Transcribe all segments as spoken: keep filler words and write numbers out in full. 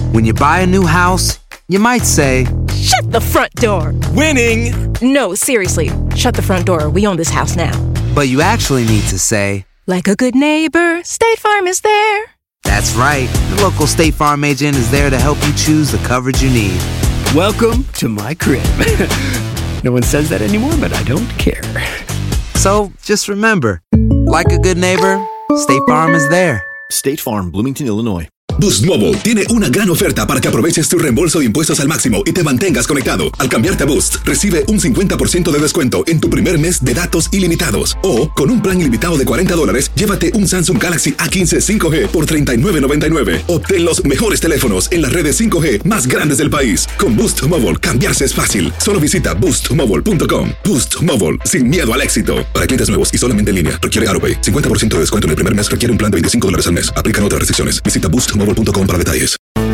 When you buy a new house, you might say, "Shut the front door." Winning! No, seriously, shut the front door. We own this house now. But you actually need to say, like a good neighbor, State Farm is there. That's right. The local State Farm agent is there to help you choose the coverage you need. Welcome to my crib. No one says that anymore, but I don't care. So, just remember, like a good neighbor, State Farm is there. State Farm, Bloomington, Illinois. Boost Mobile tiene una gran oferta para que aproveches tu reembolso de impuestos al máximo y te mantengas conectado. Al cambiarte a Boost, recibe un cincuenta por ciento de descuento en tu primer mes de datos ilimitados. O, con un plan ilimitado de cuarenta dólares, llévate un Samsung Galaxy A quince cinco G por treinta y nueve noventa y nueve. Obtén los mejores teléfonos en las redes cinco G más grandes del país. Con Boost Mobile, cambiarse es fácil. Solo visita boost mobile punto com. Boost Mobile, sin miedo al éxito. Para clientes nuevos y solamente en línea, requiere AutoPay. cincuenta por ciento de descuento en el primer mes requiere un plan de veinticinco dólares al mes. Aplican otras restricciones. Visita boost mobile punto com para detalles.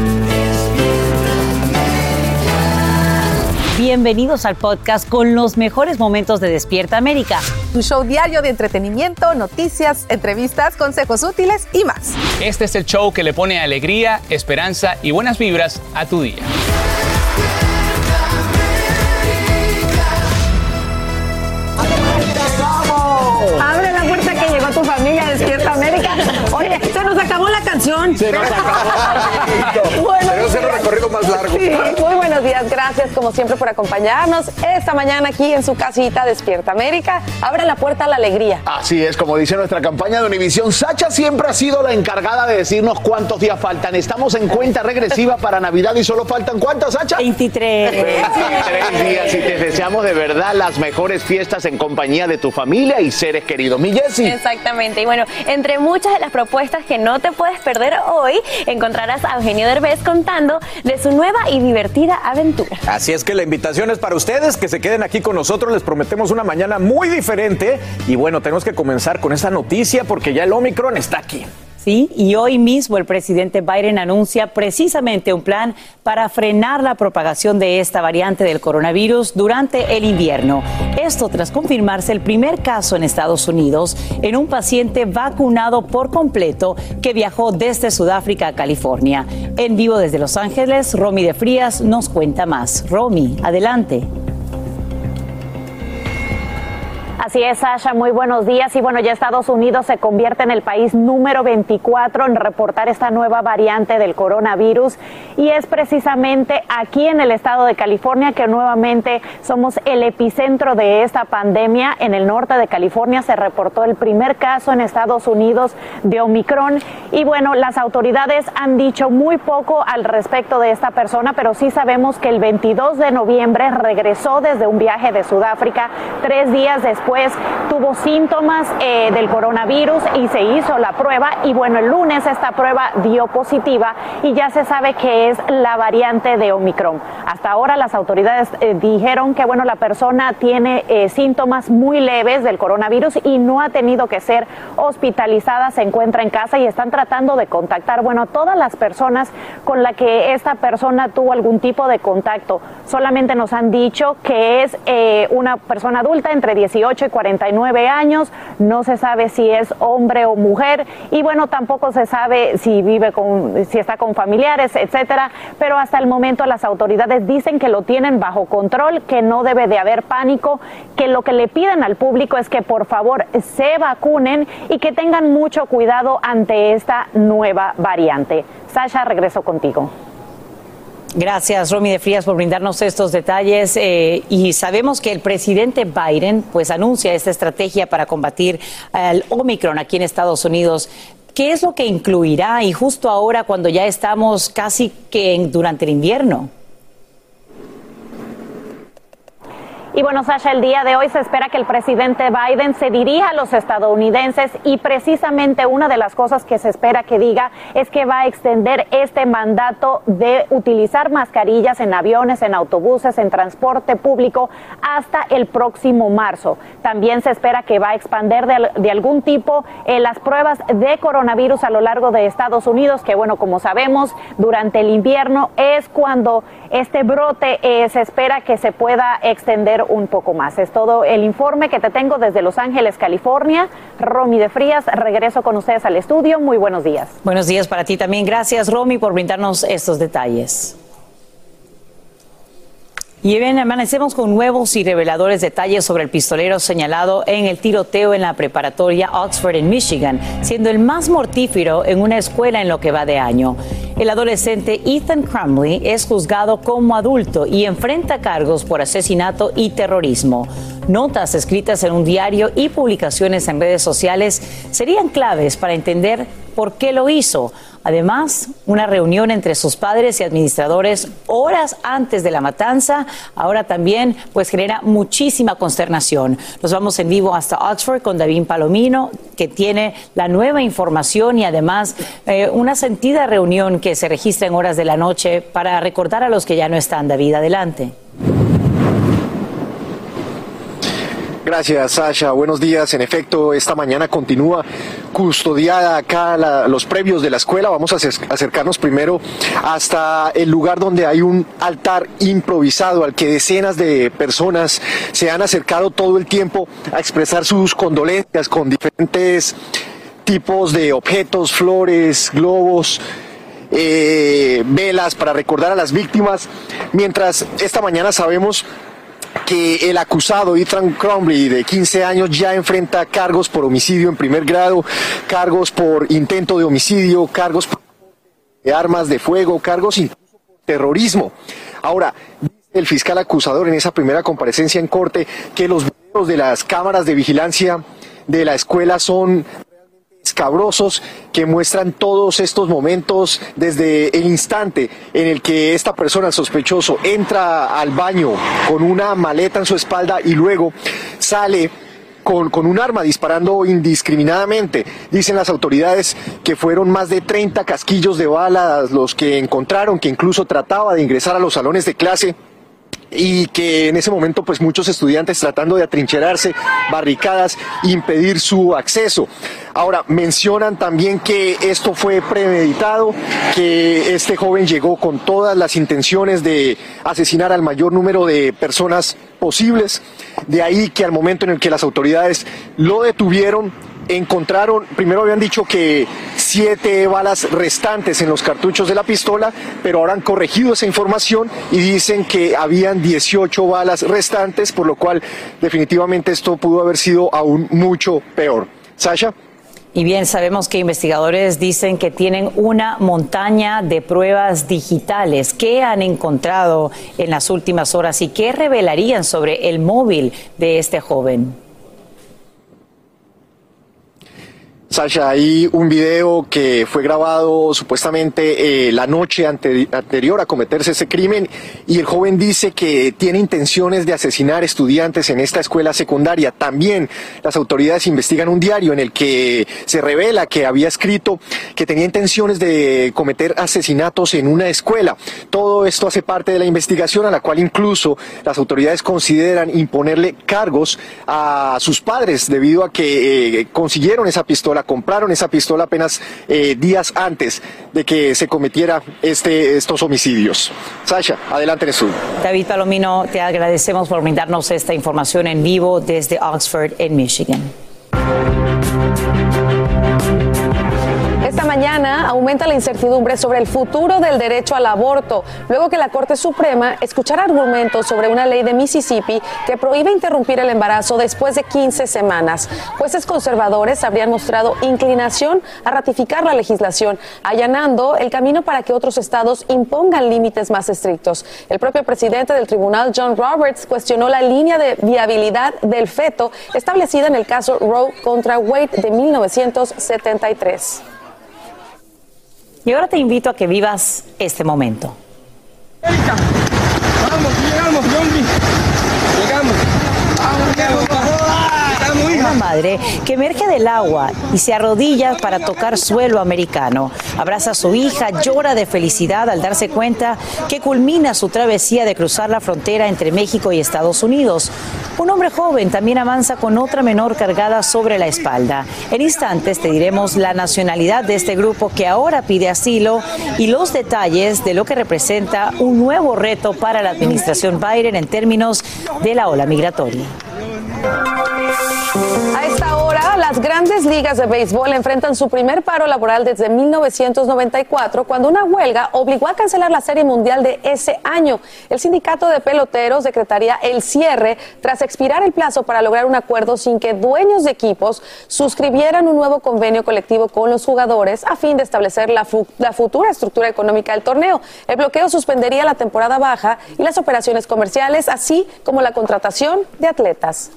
Bienvenidos al podcast con los mejores momentos de Despierta América. Tu show diario de entretenimiento, noticias, entrevistas, consejos útiles y más. Este es el show que le pone alegría, esperanza y buenas vibras a tu día. Abre la puerta que llegó tu familia, Despierta América. Oye, se nos acabó la canción. Se nos acabó. Bueno, Tenemos el recorrido más largo. Sí, muy buenos días, gracias como siempre por acompañarnos esta mañana aquí en su casita Despierta América. Abre la puerta a la alegría. Así es, como dice nuestra campaña de Univisión, Sacha siempre ha sido la encargada de decirnos cuántos días faltan. Estamos en cuenta regresiva para Navidad y solo faltan ¿cuántas, Sacha? veintitrés. veintitrés días y te deseamos de verdad las mejores fiestas en compañía de tu familia y seres queridos. Mi Jessy. Exactamente, y bueno, entre muchas de las propuestas que no te puedes perder hoy, encontrarás a Eugenio Derbez contando de su nueva y divertida aventura. Así es que la invitación es para ustedes, que se queden aquí con nosotros, les prometemos una mañana muy diferente y bueno, tenemos que comenzar con esta noticia porque ya el Omicron está aquí. Sí, y hoy mismo el presidente Biden anuncia precisamente un plan para frenar la propagación de esta variante del coronavirus durante el invierno. Esto tras confirmarse el primer caso en Estados Unidos en un paciente vacunado por completo que viajó desde Sudáfrica a California. En vivo desde Los Ángeles, Romy de Frías nos cuenta más. Romy, adelante. Así es, Sasha, muy buenos días. Y bueno, ya Estados Unidos se convierte en el país número veinticuatro en reportar esta nueva variante del coronavirus. Y es precisamente aquí en el estado de California que nuevamente somos el epicentro de esta pandemia. En el norte de California se reportó el primer caso en Estados Unidos de Omicron. Y bueno, las autoridades han dicho muy poco al respecto de esta persona, pero sí sabemos que el veintidós de noviembre regresó desde un viaje de Sudáfrica. Tres días después tuvo síntomas eh, del coronavirus y se hizo la prueba y bueno, el lunes esta prueba dio positiva y ya se sabe que es la variante de Omicron. Hasta ahora las autoridades eh, dijeron que bueno, la persona tiene eh, síntomas muy leves del coronavirus y no ha tenido que ser hospitalizada, se encuentra en casa y están tratando de contactar, bueno, todas las personas con las que esta persona tuvo algún tipo de contacto. Solamente nos han dicho que es eh, una persona adulta entre dieciocho y cuarenta y nueve años, no se sabe si es hombre o mujer y bueno, tampoco se sabe si vive con, si está con familiares, etcétera, pero hasta el momento las autoridades dicen que lo tienen bajo control, que no debe de haber pánico, que lo que le piden al público es que por favor se vacunen y que tengan mucho cuidado ante esta nueva variante. Sasha, regreso contigo. Gracias, Romy de Frías, por brindarnos estos detalles. Eh, y sabemos que el presidente Biden pues anuncia esta estrategia para combatir el Omicron aquí en Estados Unidos. ¿Qué es lo que incluirá y justo ahora cuando ya estamos casi que en, durante el invierno? Y bueno, Sasha, el día de hoy se espera que el presidente Biden se dirija a los estadounidenses y precisamente una de las cosas que se espera que diga es que va a extender este mandato de utilizar mascarillas en aviones, en autobuses, en transporte público hasta el próximo marzo. También se espera que va a expandir de, de algún tipo eh, las pruebas de coronavirus a lo largo de Estados Unidos, que bueno, como sabemos, durante el invierno es cuando este brote eh, se espera que se pueda extender un poco más. Es todo el informe que te tengo desde Los Ángeles, California. Romy de Frías, regreso con ustedes al estudio. Muy buenos días. Buenos días para ti también. Gracias, Romy, por brindarnos estos detalles. Y bien, amanecemos con nuevos y reveladores detalles sobre el pistolero señalado en el tiroteo en la preparatoria Oxford en Michigan, siendo el más mortífero en una escuela en lo que va de año. El adolescente Ethan Crumbley es juzgado como adulto y enfrenta cargos por asesinato y terrorismo. Notas escritas en un diario y publicaciones en redes sociales serían claves para entender por qué lo hizo. Además, una reunión entre sus padres y administradores horas antes de la matanza ahora también pues genera muchísima consternación. Nos vamos en vivo hasta Oxford con David Palomino, que tiene la nueva información y además eh, una sentida reunión que se registra en horas de la noche para recordar a los que ya no están. David, adelante. Gracias, Sasha. Buenos días. En efecto, esta mañana continúa custodiada acá la, los previos de la escuela. Vamos a acercarnos primero hasta el lugar donde hay un altar improvisado al que decenas de personas se han acercado todo el tiempo a expresar sus condolencias con diferentes tipos de objetos, flores, globos, eh, velas para recordar a las víctimas. Mientras esta mañana sabemos que el acusado Ethan Crumbley, de quince años, ya enfrenta cargos por homicidio en primer grado, cargos por intento de homicidio, cargos de armas de fuego, cargos incluso por terrorismo. Ahora, dice el fiscal acusador en esa primera comparecencia en corte que los videos de las cámaras de vigilancia de la escuela son escabrosos, que muestran todos estos momentos desde el instante en el que esta persona, el sospechoso, entra al baño con una maleta en su espalda y luego sale con, con un arma disparando indiscriminadamente. Dicen las autoridades que fueron más de treinta casquillos de balas los que encontraron, que incluso trataba de ingresar a los salones de clase, y que en ese momento pues muchos estudiantes tratando de atrincherarse, barricadas, impedir su acceso. Ahora, mencionan también que esto fue premeditado, que este joven llegó con todas las intenciones de asesinar al mayor número de personas posibles. De ahí que al momento en el que las autoridades lo detuvieron, encontraron, primero habían dicho que siete balas restantes en los cartuchos de la pistola, pero ahora han corregido esa información y dicen que habían dieciocho balas restantes, por lo cual definitivamente esto pudo haber sido aún mucho peor. Sasha. Y bien, sabemos que investigadores dicen que tienen una montaña de pruebas digitales. ¿Qué han encontrado en las últimas horas y qué revelarían sobre el móvil de este joven? Sasha, hay un video que fue grabado supuestamente eh, la noche ante, anterior a cometerse ese crimen, y el joven dice que tiene intenciones de asesinar estudiantes en esta escuela secundaria. También las autoridades investigan un diario en el que se revela que había escrito que tenía intenciones de cometer asesinatos en una escuela. Todo esto hace parte de la investigación, a la cual incluso las autoridades consideran imponerle cargos a sus padres debido a que eh, consiguieron esa pistola, compraron esa pistola apenas eh, días antes de que se cometiera este, estos homicidios. Sasha, adelante en el estudio. David Palomino, te agradecemos por brindarnos esta información en vivo desde Oxford, en Michigan. Esta mañana aumenta la incertidumbre sobre el futuro del derecho al aborto, luego que la Corte Suprema escuchara argumentos sobre una ley de Mississippi que prohíbe interrumpir el embarazo después de quince semanas. Jueces conservadores habrían mostrado inclinación a ratificar la legislación, allanando el camino para que otros estados impongan límites más estrictos. El propio presidente del tribunal, John Roberts, cuestionó la línea de viabilidad del feto establecida en el caso Roe contra Wade de mil novecientos setenta y tres. Y ahora te invito a que vivas este momento. Erika, vamos, llegamos, Yombi. Llegamos. Vamos, llegamos, llegamos, hija. Una madre madre que emerge del agua y se arrodilla para tocar suelo americano. Abraza a su hija, llora de felicidad al darse cuenta que culmina su travesía de cruzar la frontera entre México y Estados Unidos. Un hombre joven también avanza con otra menor cargada sobre la espalda. En instantes te diremos la nacionalidad de este grupo que ahora pide asilo y los detalles de lo que representa un nuevo reto para la administración Biden en términos de la ola migratoria. A esta hora, las grandes ligas de béisbol enfrentan su primer paro laboral desde mil novecientos noventa y cuatro, cuando una huelga obligó a cancelar la Serie Mundial de ese año. El sindicato de peloteros decretaría el cierre tras expirar el plazo para lograr un acuerdo sin que dueños de equipos suscribieran un nuevo convenio colectivo con los jugadores a fin de establecer la, fu- la futura estructura económica del torneo. El bloqueo suspendería la temporada baja y las operaciones comerciales, así como la contratación de atletas.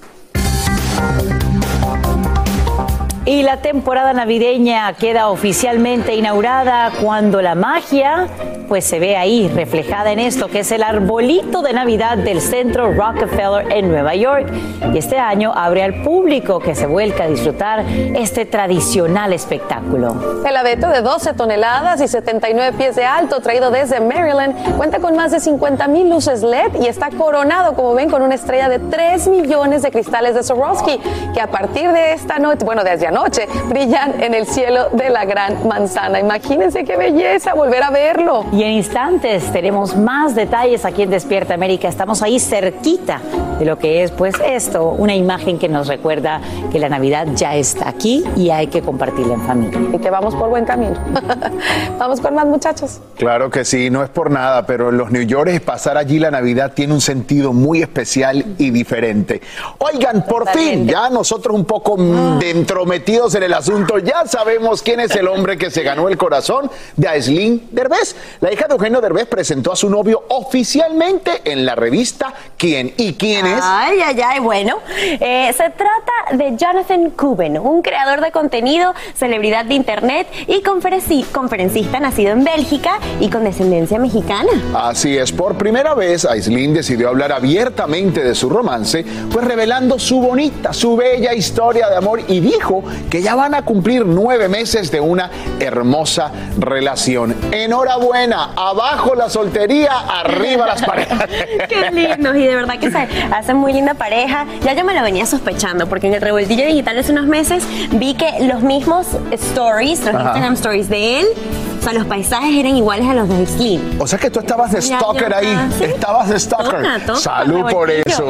Y la temporada navideña queda oficialmente inaugurada cuando la magia pues se ve ahí reflejada en esto que es el arbolito de Navidad del Centro Rockefeller en Nueva York. Y este año abre al público que se vuelca a disfrutar este tradicional espectáculo. El abeto de doce toneladas y setenta y nueve pies de alto, traído desde Maryland, cuenta con más de cincuenta mil luces L E D y está coronado, como ven, con una estrella de tres millones de cristales de Swarovski, que a partir de esta noche, bueno, desde anoche, brillan en el cielo de la Gran Manzana. Imagínense qué belleza volver a verlo. Y en instantes tenemos más detalles aquí en Despierta América. Estamos ahí cerquita de lo que es, pues, esto, una imagen que nos recuerda que la Navidad ya está aquí y hay que compartirla en familia. Y que vamos por buen camino. Vamos con más, muchachos. Claro que sí, no es por nada, pero en los New Yorkers pasar allí la Navidad tiene un sentido muy especial y diferente. Oigan, por Totalmente. fin, ya nosotros un poco ah. dentro metidos en el asunto, ya sabemos quién es el hombre que se ganó el corazón de Aislinn Derbez. La hija de Eugenio Derbez presentó a su novio oficialmente en la revista ¿Quién? ¿Y quién es? Ay, ay, ay, bueno, eh, se trata de Jonathan Coben, un creador de contenido, celebridad de internet y conferenci- conferencista nacido en Bélgica y con descendencia mexicana. Así es, por primera vez Aislinn decidió hablar abiertamente de su romance, pues revelando su bonita, su bella historia de amor, y dijo que ya van a cumplir nueve meses de una hermosa relación. Enhorabuena, abajo la soltería, arriba las parejas. Qué lindos, y de verdad que se hacen muy linda pareja. Ya yo me lo venía sospechando, porque en el revoltillo digital hace unos meses vi que los mismos stories, los Ajá. Instagram stories de él, o sea, los paisajes eran iguales a los de Aislinn. O sea que tú estabas de stalker ya, ya, ahí, ¿sí? Estabas de stalker. Toca, toca, Salud por eso.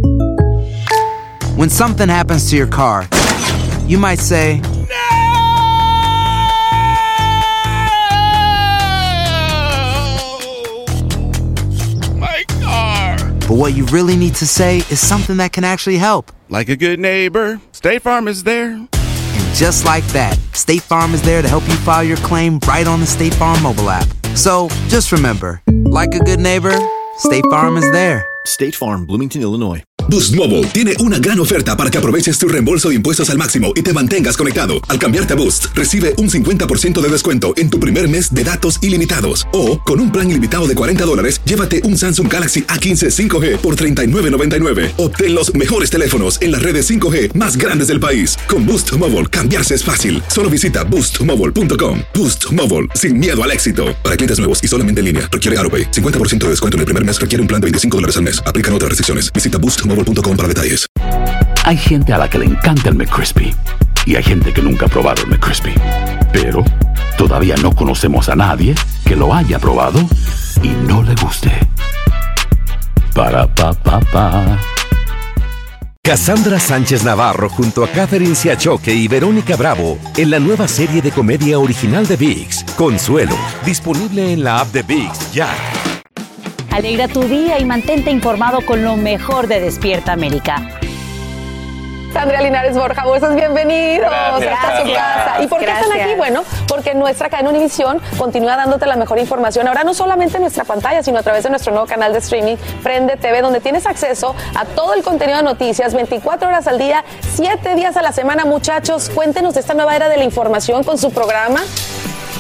When something happens to your car, you might say, but what you really need to say is something that can actually help. Like a good neighbor, State Farm is there. And just like that, State Farm is there to help you file your claim right on the State Farm mobile app. So just remember, like a good neighbor, State Farm is there. State Farm, Bloomington, Illinois. Boost Mobile tiene una gran oferta para que aproveches tu reembolso de impuestos al máximo y te mantengas conectado. Al cambiarte a Boost, recibe un cincuenta por ciento de descuento en tu primer mes de datos ilimitados. O, con un plan ilimitado de cuarenta dólares, llévate un Samsung Galaxy A quince cinco G por treinta y nueve noventa y nueve. Obtén los mejores teléfonos en las redes cinco G más grandes del país. Con Boost Mobile, cambiarse es fácil. Solo visita boost mobile punto com. Boost Mobile, sin miedo al éxito. Para clientes nuevos y solamente en línea, requiere AutoPay. cincuenta por ciento de descuento en el primer mes requiere un plan de veinticinco dólares al mes. Aplican otras restricciones. Visita boost mobile punto com para detalles. Hay gente a la que le encanta el McCrispy y hay gente que nunca ha probado el McCrispy. Pero todavía no conocemos a nadie que lo haya probado y no le guste. Para pa pa pa. Cassandra Sánchez Navarro junto a Catherine Siachoque y Verónica Bravo en la nueva serie de comedia original de ViX, Consuelo, disponible en la app de ViX ya. Alegra tu día y mantente informado con lo mejor de Despierta América. Sandra Linares Borja, Bolsas, bienvenidos. Gracias. Esta es su casa. ¿Y por qué Gracias. están aquí? Bueno, porque nuestra cadena Univisión continúa dándote la mejor información. Ahora no solamente en nuestra pantalla, sino a través de nuestro nuevo canal de streaming, Prende T V, donde tienes acceso a todo el contenido de noticias, veinticuatro horas al día, siete días a la semana. Muchachos, cuéntenos de esta nueva era de la información con su programa.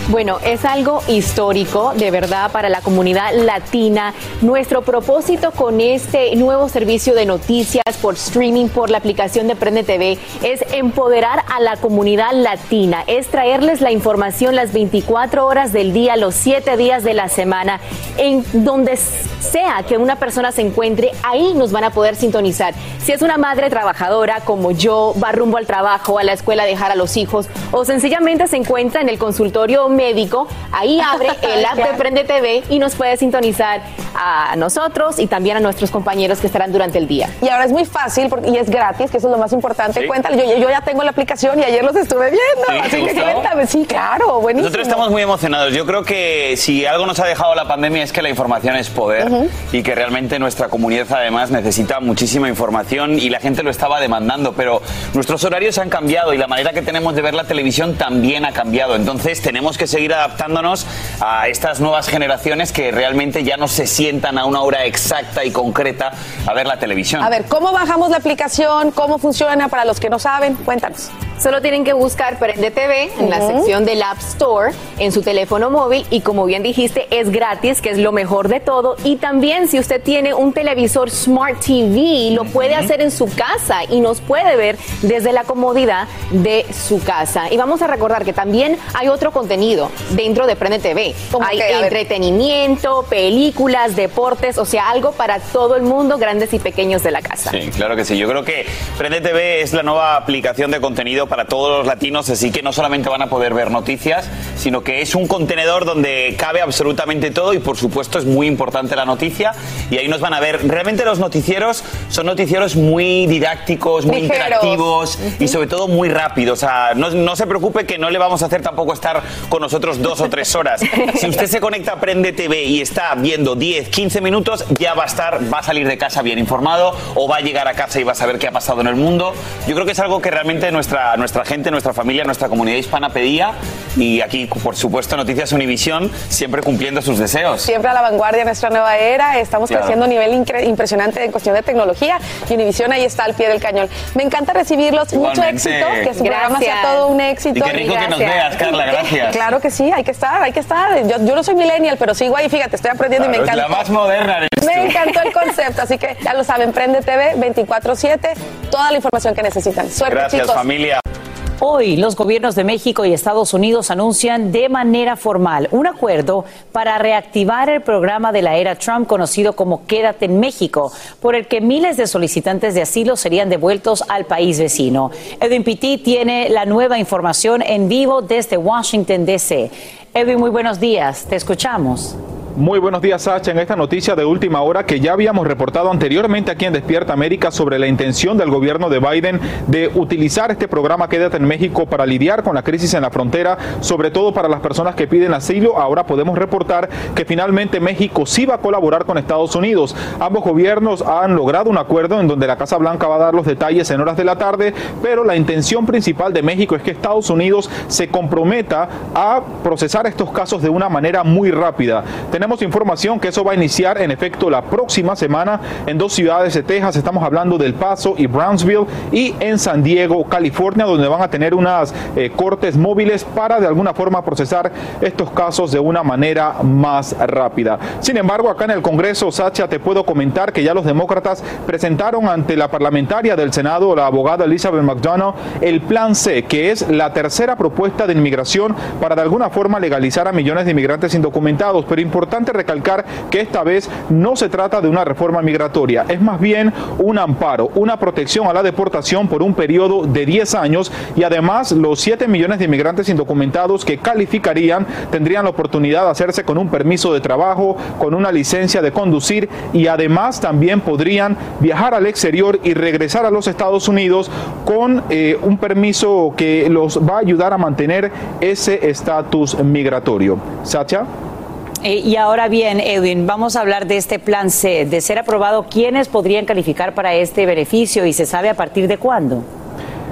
Bueno, es algo histórico, de verdad, para la comunidad latina. Nuestro propósito con este nuevo servicio de noticias por streaming, por la aplicación de Prende T V, es empoderar a la comunidad latina, es traerles la información las veinticuatro horas del día, los siete días de la semana, en donde sea que una persona se encuentre, ahí nos van a poder sintonizar. Si es una madre trabajadora como yo, va rumbo al trabajo, a la escuela a dejar a los hijos, o sencillamente se encuentra en el consultorio médico, ahí abre el app de Prende T V y nos puede sintonizar a nosotros y también a nuestros compañeros que estarán durante el día. Y ahora es muy fácil porque, y es gratis, que eso es lo más importante. Sí. Cuéntale, yo, yo ya tengo la aplicación y ayer los estuve viendo, ¿Sí? así que ¿Te gustó? cuéntame. Sí, claro, buenísimo. Nosotros estamos muy emocionados. Yo creo que si algo nos ha dejado la pandemia es que la información es poder uh-huh. y que realmente nuestra comunidad además necesita muchísima información y la gente lo estaba demandando, pero nuestros horarios han cambiado y la manera que tenemos de ver la televisión también ha cambiado. Entonces tenemos que seguir adaptándonos a estas nuevas generaciones que realmente ya no se sientan a una hora exacta y concreta a ver la televisión. A ver, ¿cómo bajamos la aplicación? ¿Cómo funciona para los que no saben? Cuéntanos. Solo tienen que buscar Prende T V en uh-huh. la sección del App Store en su teléfono móvil y como bien dijiste es gratis, que es lo mejor de todo, y también si usted tiene un televisor Smart T V lo uh-huh. puede hacer en su casa y nos puede ver desde la comodidad de su casa. Y vamos a recordar que también hay otro contenido dentro de Prende T V. Hay que, entretenimiento, películas, deportes, o sea, algo para todo el mundo, grandes y pequeños de la casa. Sí, claro que sí. Yo creo que Prende T V es la nueva aplicación de contenido para todos los latinos, así que no solamente van a poder ver noticias, sino que es un contenedor donde cabe absolutamente todo y por supuesto es muy importante la noticia y ahí nos van a ver. Realmente los noticieros son noticieros muy didácticos, muy Ligeros. interactivos uh-huh. y sobre todo muy rápidos. O sea, no, no se preocupe que no le vamos a hacer tampoco estar con nosotros dos o tres horas. Si usted se conecta a Prende T V y está viendo diez, quince minutos, ya va a estar, va a salir de casa bien informado o va a llegar a casa y va a saber qué ha pasado en el mundo. Yo creo que es algo que realmente nuestra nuestra gente, nuestra familia, nuestra comunidad hispana pedía y aquí, por supuesto, Noticias Univisión siempre cumpliendo sus deseos. Siempre a la vanguardia de nuestra nueva era, estamos claro. creciendo a nivel incre- impresionante en cuestión de tecnología y Univisión ahí está al pie del cañón. Me encanta recibirlos, Igualmente. mucho éxito, que su gracias. programa sea todo un éxito. Y qué rico y que nos veas, Carla, gracias. Claro que sí, hay que estar, hay que estar. Yo, yo no soy millennial, pero sigo ahí, fíjate, estoy aprendiendo claro, y me encanta. La más moderna eres Me tú. encantó el concepto, así que ya lo saben, Prende T V veinticuatro siete, toda la información que necesitan. Suerte, gracias, chicos. familia. Hoy los gobiernos de México y Estados Unidos anuncian de manera formal un acuerdo para reactivar el programa de la era Trump conocido como Quédate en México, por el que miles de solicitantes de asilo serían devueltos al país vecino. Edwin Pitti tiene la nueva información en vivo desde Washington, D C Edwin, muy buenos días, te escuchamos. Muy buenos días, Sacha. En esta noticia de última hora que ya habíamos reportado anteriormente aquí en Despierta América sobre la intención del gobierno de Biden de utilizar este programa Quédate en México para lidiar con la crisis en la frontera, sobre todo para las personas que piden asilo. Ahora podemos reportar que finalmente México sí va a colaborar con Estados Unidos. Ambos gobiernos han logrado un acuerdo en donde la Casa Blanca va a dar los detalles en horas de la tarde, pero la intención principal de México es que Estados Unidos se comprometa a procesar estos casos de una manera muy rápida. Tenemos Tenemos información que eso va a iniciar en efecto la próxima semana en dos ciudades de Texas. Estamos hablando del Paso y Brownsville, y en San Diego, California, donde van a tener unas eh, cortes móviles para de alguna forma procesar estos casos de una manera más rápida. Sin embargo, acá en el Congreso, Sacha, te puedo comentar que ya los demócratas presentaron ante la parlamentaria del Senado, la abogada Elizabeth McDonough, el Plan C, que es la tercera propuesta de inmigración para de alguna forma legalizar a millones de inmigrantes indocumentados. Pero importante recalcar que esta vez no se trata de una reforma migratoria, es más bien un amparo, una protección a la deportación por un periodo de diez años, y además los siete millones de inmigrantes indocumentados que calificarían tendrían la oportunidad de hacerse con un permiso de trabajo, con una licencia de conducir, y además también podrían viajar al exterior y regresar a los Estados Unidos con eh, un permiso que los va a ayudar a mantener ese estatus migratorio. Sacha. Eh, y ahora bien, Edwin, vamos a hablar de este Plan C. De ser aprobado, ¿quiénes podrían calificar para este beneficio y se sabe a partir de cuándo?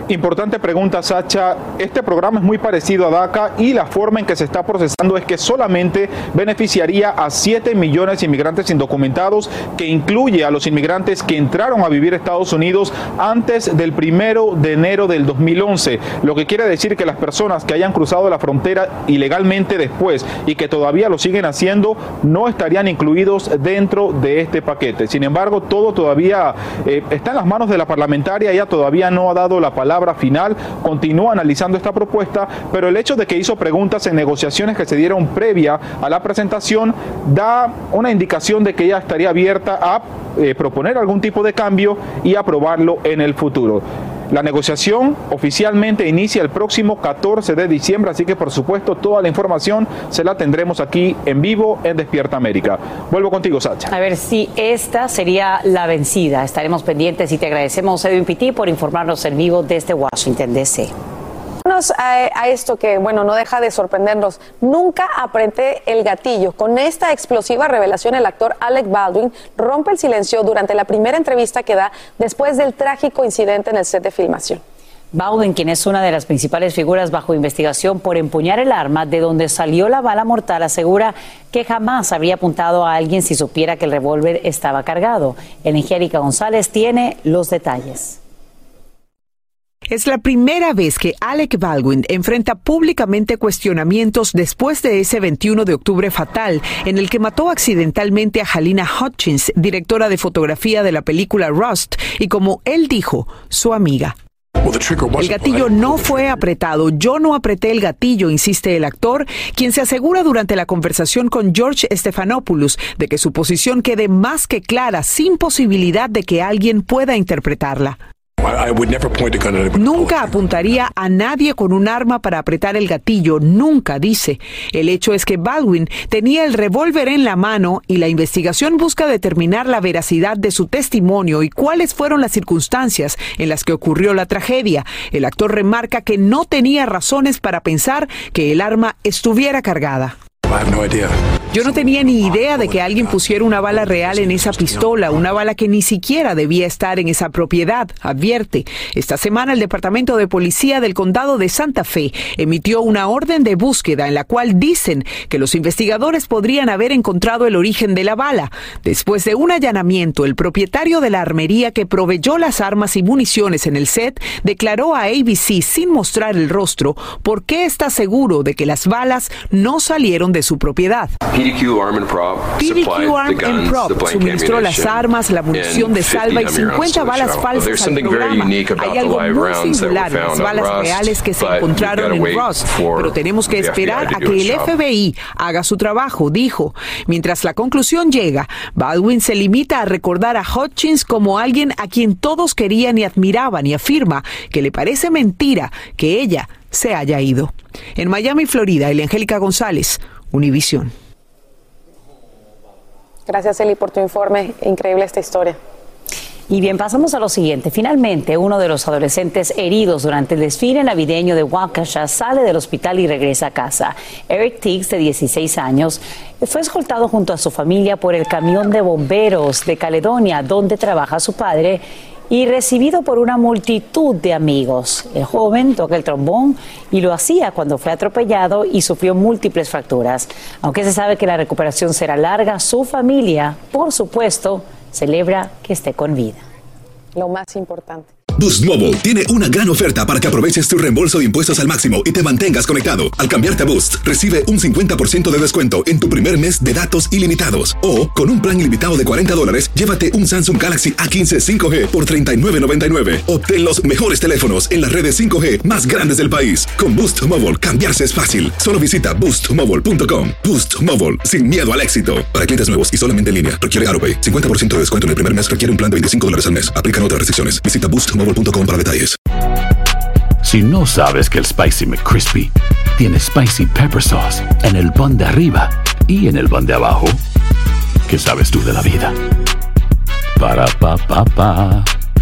Importante pregunta, Sacha. Este programa es muy parecido a DACA y la forma en que se está procesando es que solamente beneficiaría a siete millones de inmigrantes indocumentados, que incluye a los inmigrantes que entraron a vivir a Estados Unidos antes del primero de enero del dos mil once, lo que quiere decir que las personas que hayan cruzado la frontera ilegalmente después y que todavía lo siguen haciendo no estarían incluidos dentro de este paquete. Sin embargo, todo todavía eh, está en las manos de la parlamentaria. Ella todavía no ha dado la palabra final, continúa analizando esta propuesta, pero el hecho de que hizo preguntas en negociaciones que se dieron previa a la presentación da una indicación de que ella estaría abierta a eh, proponer algún tipo de cambio y aprobarlo en el futuro. La negociación oficialmente inicia el próximo catorce de diciembre, así que por supuesto toda la información se la tendremos aquí en vivo en Despierta América. Vuelvo contigo, Sacha. A ver si esta sería la vencida. Estaremos pendientes y te agradecemos, Edwin Pitti, por informarnos en vivo desde Washington, D C A, a esto que, bueno, no deja de sorprendernos. Nunca apreté el gatillo. Con esta explosiva revelación, el actor Alec Baldwin rompe el silencio durante la primera entrevista que da después del trágico incidente en el set de filmación. Baldwin, quien es una de las principales figuras bajo investigación por empuñar el arma de donde salió la bala mortal, asegura que jamás habría apuntado a alguien si supiera que el revólver estaba cargado. El Angélica González tiene los detalles. Es la primera vez que Alec Baldwin enfrenta públicamente cuestionamientos después de ese veintiuno de octubre fatal, en el que mató accidentalmente a Halyna Hutchins, directora de fotografía de la película Rust, y como él dijo, su amiga. El gatillo no fue apretado. Yo no apreté el gatillo, insiste el actor, quien se asegura durante la conversación con George Stephanopoulos de que su posición quede más que clara, sin posibilidad de que alguien pueda interpretarla. Nunca apuntaría a nadie con un arma para apretar el gatillo, nunca, dice. El hecho es que Baldwin tenía el revólver en la mano y la investigación busca determinar la veracidad de su testimonio y cuáles fueron las circunstancias en las que ocurrió la tragedia. El actor remarca que no tenía razones para pensar que el arma estuviera cargada. Yo no tenía ni idea de que alguien pusiera una bala real en esa pistola, una bala que ni siquiera debía estar en esa propiedad, advierte. Esta semana el Departamento de Policía del Condado de Santa Fe emitió una orden de búsqueda en la cual dicen que los investigadores podrían haber encontrado el origen de la bala. Después de un allanamiento, el propietario de la armería que proveyó las armas y municiones en el set declaró a A B C sin mostrar el rostro por qué está seguro de que las balas no salieron de su propiedad. P D Q Arm and Prop, P D Q Arm and Prop suministró las armas, la munición de salva y cincuenta balas falsas al programa. Hay algo muy singular en las balas reales que se encontraron en Rust, pero tenemos que esperar a que el F B I haga su trabajo, dijo. Mientras la conclusión llega, Baldwin se limita a recordar a Hutchins como alguien a quien todos querían y admiraban y afirma que le parece mentira que ella se haya ido. En Miami, Florida, Angélica González, Univisión. Gracias, Eli, por tu informe. Increíble esta historia. Y bien, pasamos a lo siguiente. Finalmente, uno de los adolescentes heridos durante el desfile navideño de Waukesha sale del hospital y regresa a casa. Eric Tiggs, de dieciséis años, fue escoltado junto a su familia por el camión de bomberos de Caledonia, donde trabaja su padre, y recibido por una multitud de amigos. El joven toca el trombón y lo hacía cuando fue atropellado y sufrió múltiples fracturas. Aunque se sabe que la recuperación será larga, su familia, por supuesto, celebra que esté con vida. Lo más importante. Boost Mobile tiene una gran oferta para que aproveches tu reembolso de impuestos al máximo y te mantengas conectado. Al cambiarte a Boost, recibe un cincuenta por ciento de descuento en tu primer mes de datos ilimitados. O, con un plan ilimitado de cuarenta dólares, llévate un Samsung Galaxy A quince cinco G por treinta y nueve noventa y nueve. Obtén los mejores teléfonos en las redes cinco G más grandes del país. Con Boost Mobile, cambiarse es fácil. Solo visita boost mobile punto com. Boost Mobile, sin miedo al éxito. Para clientes nuevos y solamente en línea, requiere AutoPay. cincuenta por ciento de descuento en el primer mes requiere un plan de veinticinco dólares al mes. Aplican otras restricciones. Visita boost mobile punto com para detalles. Si no sabes que el Spicy McCrispy tiene Spicy Pepper Sauce en el pan de arriba y en el pan de abajo, ¿qué sabes tú de la vida? Para, pa, pa, pa.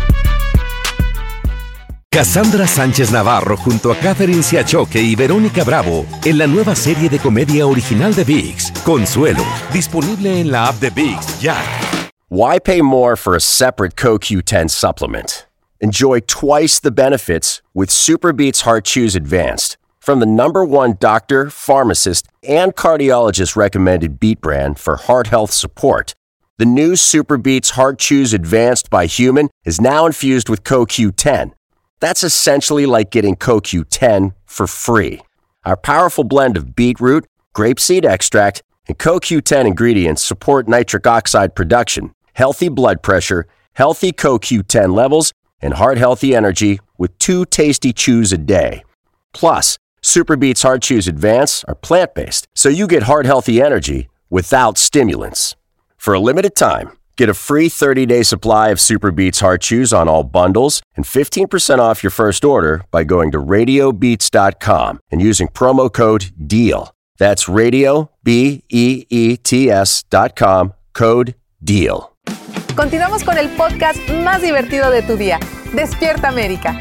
Cassandra Sánchez Navarro junto a Catherine Siachoque y Verónica Bravo en la nueva serie de comedia original de ViX, Consuelo, disponible en la app de ViX ya. Why pay more for a separate Co Q ten supplement? Enjoy twice the benefits with SuperBeets Heart Chews Advanced. From the number one doctor, pharmacist, and cardiologist recommended Beet brand for heart health support, the new SuperBeets Heart Chews Advanced by Human is now infused with C O Q ten. That's essentially like getting C O Q ten for free. Our powerful blend of beetroot, grapeseed extract, and C O Q ten ingredients support nitric oxide production, healthy blood pressure, healthy C O Q ten levels, and heart-healthy energy with two tasty chews a day. Plus, SuperBeets Heart Chews Advance are plant-based, so you get heart-healthy energy without stimulants. For a limited time, get a free thirty-day supply of SuperBeets Heart Chews on all bundles and fifteen percent off your first order by going to radio beets dot com and using promo code DEAL. That's radio, B E E T S dot com, code DEAL. Continuamos con el podcast más divertido de tu día, Despierta América.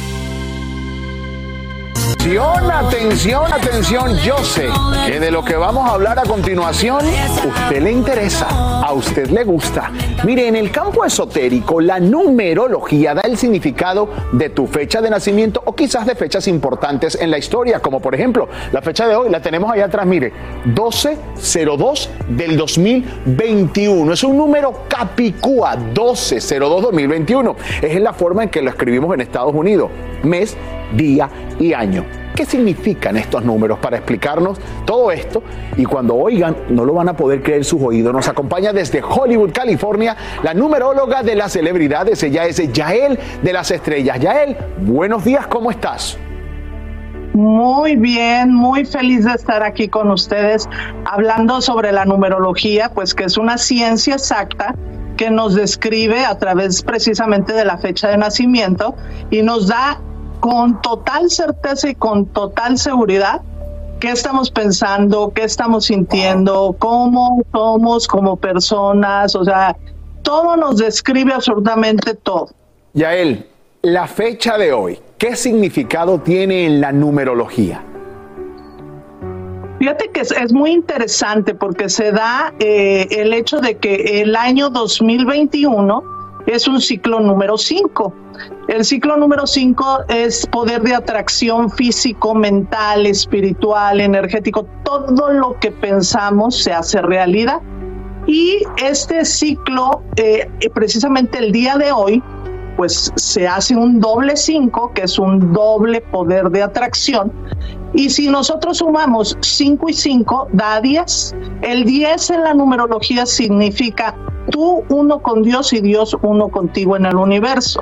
Atención, atención, atención, yo sé que de lo que vamos a hablar a continuación, usted le interesa, a usted le gusta. Mire, en el campo esotérico, la numerología da el significado de tu fecha de nacimiento o quizás de fechas importantes en la historia, como por ejemplo, la fecha de hoy la tenemos allá atrás, mire, doce cero dos del dos mil veintiuno. Es un número capicúa, doce cero dos dos mil veintiuno. Es en la forma en que lo escribimos en Estados Unidos, mes, día y año. ¿Qué significan estos números? Para explicarnos todo esto, y cuando oigan, no lo van a poder creer sus oídos, nos acompaña desde Hollywood, California, la numeróloga de las celebridades. Ella es Yael de las Estrellas. Yael, buenos días, ¿cómo estás? Muy bien, muy feliz de estar aquí con ustedes hablando sobre la numerología, pues que es una ciencia exacta que nos describe a través precisamente de la fecha de nacimiento y nos da con total certeza y con total seguridad qué estamos pensando, qué estamos sintiendo, cómo somos como personas, o sea, todo nos describe absolutamente todo. Yael, la fecha de hoy, ¿qué significado tiene en la numerología? Fíjate que es, es muy interesante porque se da eh, el hecho de que el año dos mil veintiuno es un ciclo número cinco. El ciclo número cinco es poder de atracción físico, mental, espiritual, energético. Todo lo que pensamos se hace realidad. Y este ciclo, eh, precisamente el día de hoy, pues se hace un doble cinco, que es un doble poder de atracción. Y si nosotros sumamos cinco y cinco, da diez. El diez en la numerología significa tú uno con Dios y Dios uno contigo en el universo.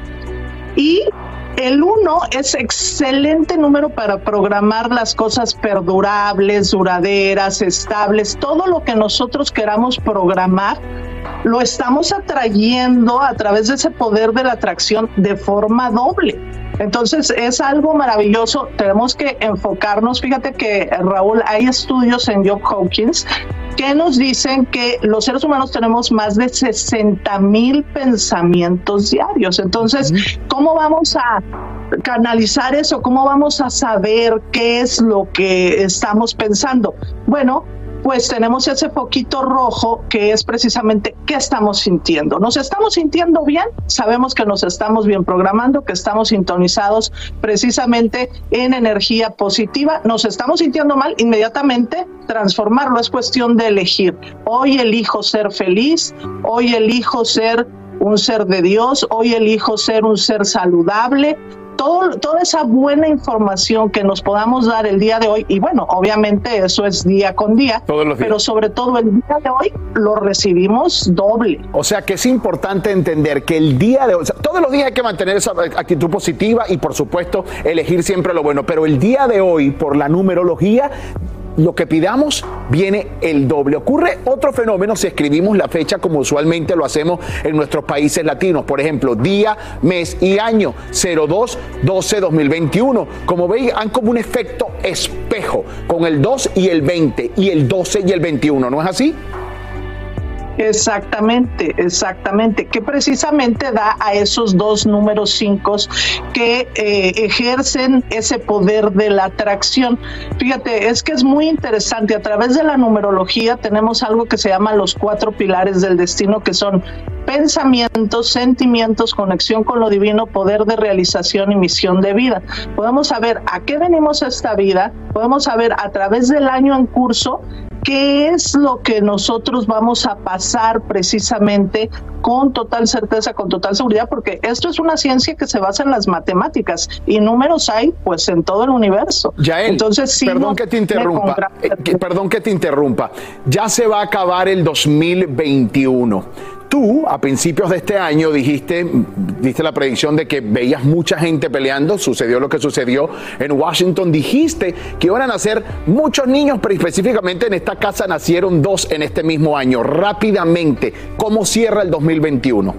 Y el uno es excelente número para programar las cosas perdurables, duraderas, estables. Todo lo que nosotros queramos programar lo estamos atrayendo a través de ese poder de la atracción de forma doble. Entonces es algo maravilloso, tenemos que enfocarnos. Fíjate que, Raúl, hay estudios en Johns Hopkins que nos dicen que los seres humanos tenemos más de sesenta mil pensamientos diarios. Entonces, ¿cómo vamos a canalizar eso? ¿Cómo vamos a saber qué es lo que estamos pensando? Bueno, pues tenemos ese foquito rojo que es precisamente qué estamos sintiendo. ¿Nos estamos sintiendo bien? Sabemos que nos estamos bien programando, que estamos sintonizados precisamente en energía positiva. ¿Nos estamos sintiendo mal? Inmediatamente transformarlo. Es cuestión de elegir. Hoy elijo ser feliz, hoy elijo ser un ser de Dios, hoy elijo ser un ser saludable. Todo, toda esa buena información que nos podamos dar el día de hoy, y bueno, obviamente eso es día con día, pero sobre todo el día de hoy lo recibimos doble. O sea que es importante entender que el día de hoy, o sea, todos los días hay que mantener esa actitud positiva y por supuesto elegir siempre lo bueno, pero el día de hoy por la numerología, lo que pidamos viene el doble. Ocurre otro fenómeno si escribimos la fecha como usualmente lo hacemos en nuestros países latinos. Por ejemplo, día, mes y año, cero dos doce dos mil veintiuno. Como veis, han como un efecto espejo con el dos y el veinte y el doce y el veintiuno, ¿no es así? Exactamente, exactamente, que precisamente da a esos dos números cinco que eh, ejercen ese poder de la atracción. Fíjate, es que es muy interesante, a través de la numerología tenemos algo que se llama los cuatro pilares del destino, que son pensamientos, sentimientos, conexión con lo divino, poder de realización y misión de vida. Podemos saber a qué venimos a esta vida, podemos saber a través del año en curso qué es lo que nosotros vamos a pasar precisamente con total certeza, con total seguridad, porque esto es una ciencia que se basa en las matemáticas y números hay pues en todo el universo. Yael, entonces sí, perdón no, que te interrumpa, eh, que, perdón que te interrumpa. Ya se va a acabar el dos mil veintiuno. Tú, a principios de este año, dijiste, diste la predicción de que veías mucha gente peleando, sucedió lo que sucedió en Washington, dijiste que iban a nacer muchos niños, pero específicamente en esta casa nacieron dos en este mismo año. Rápidamente, ¿cómo cierra el dos mil veintiuno?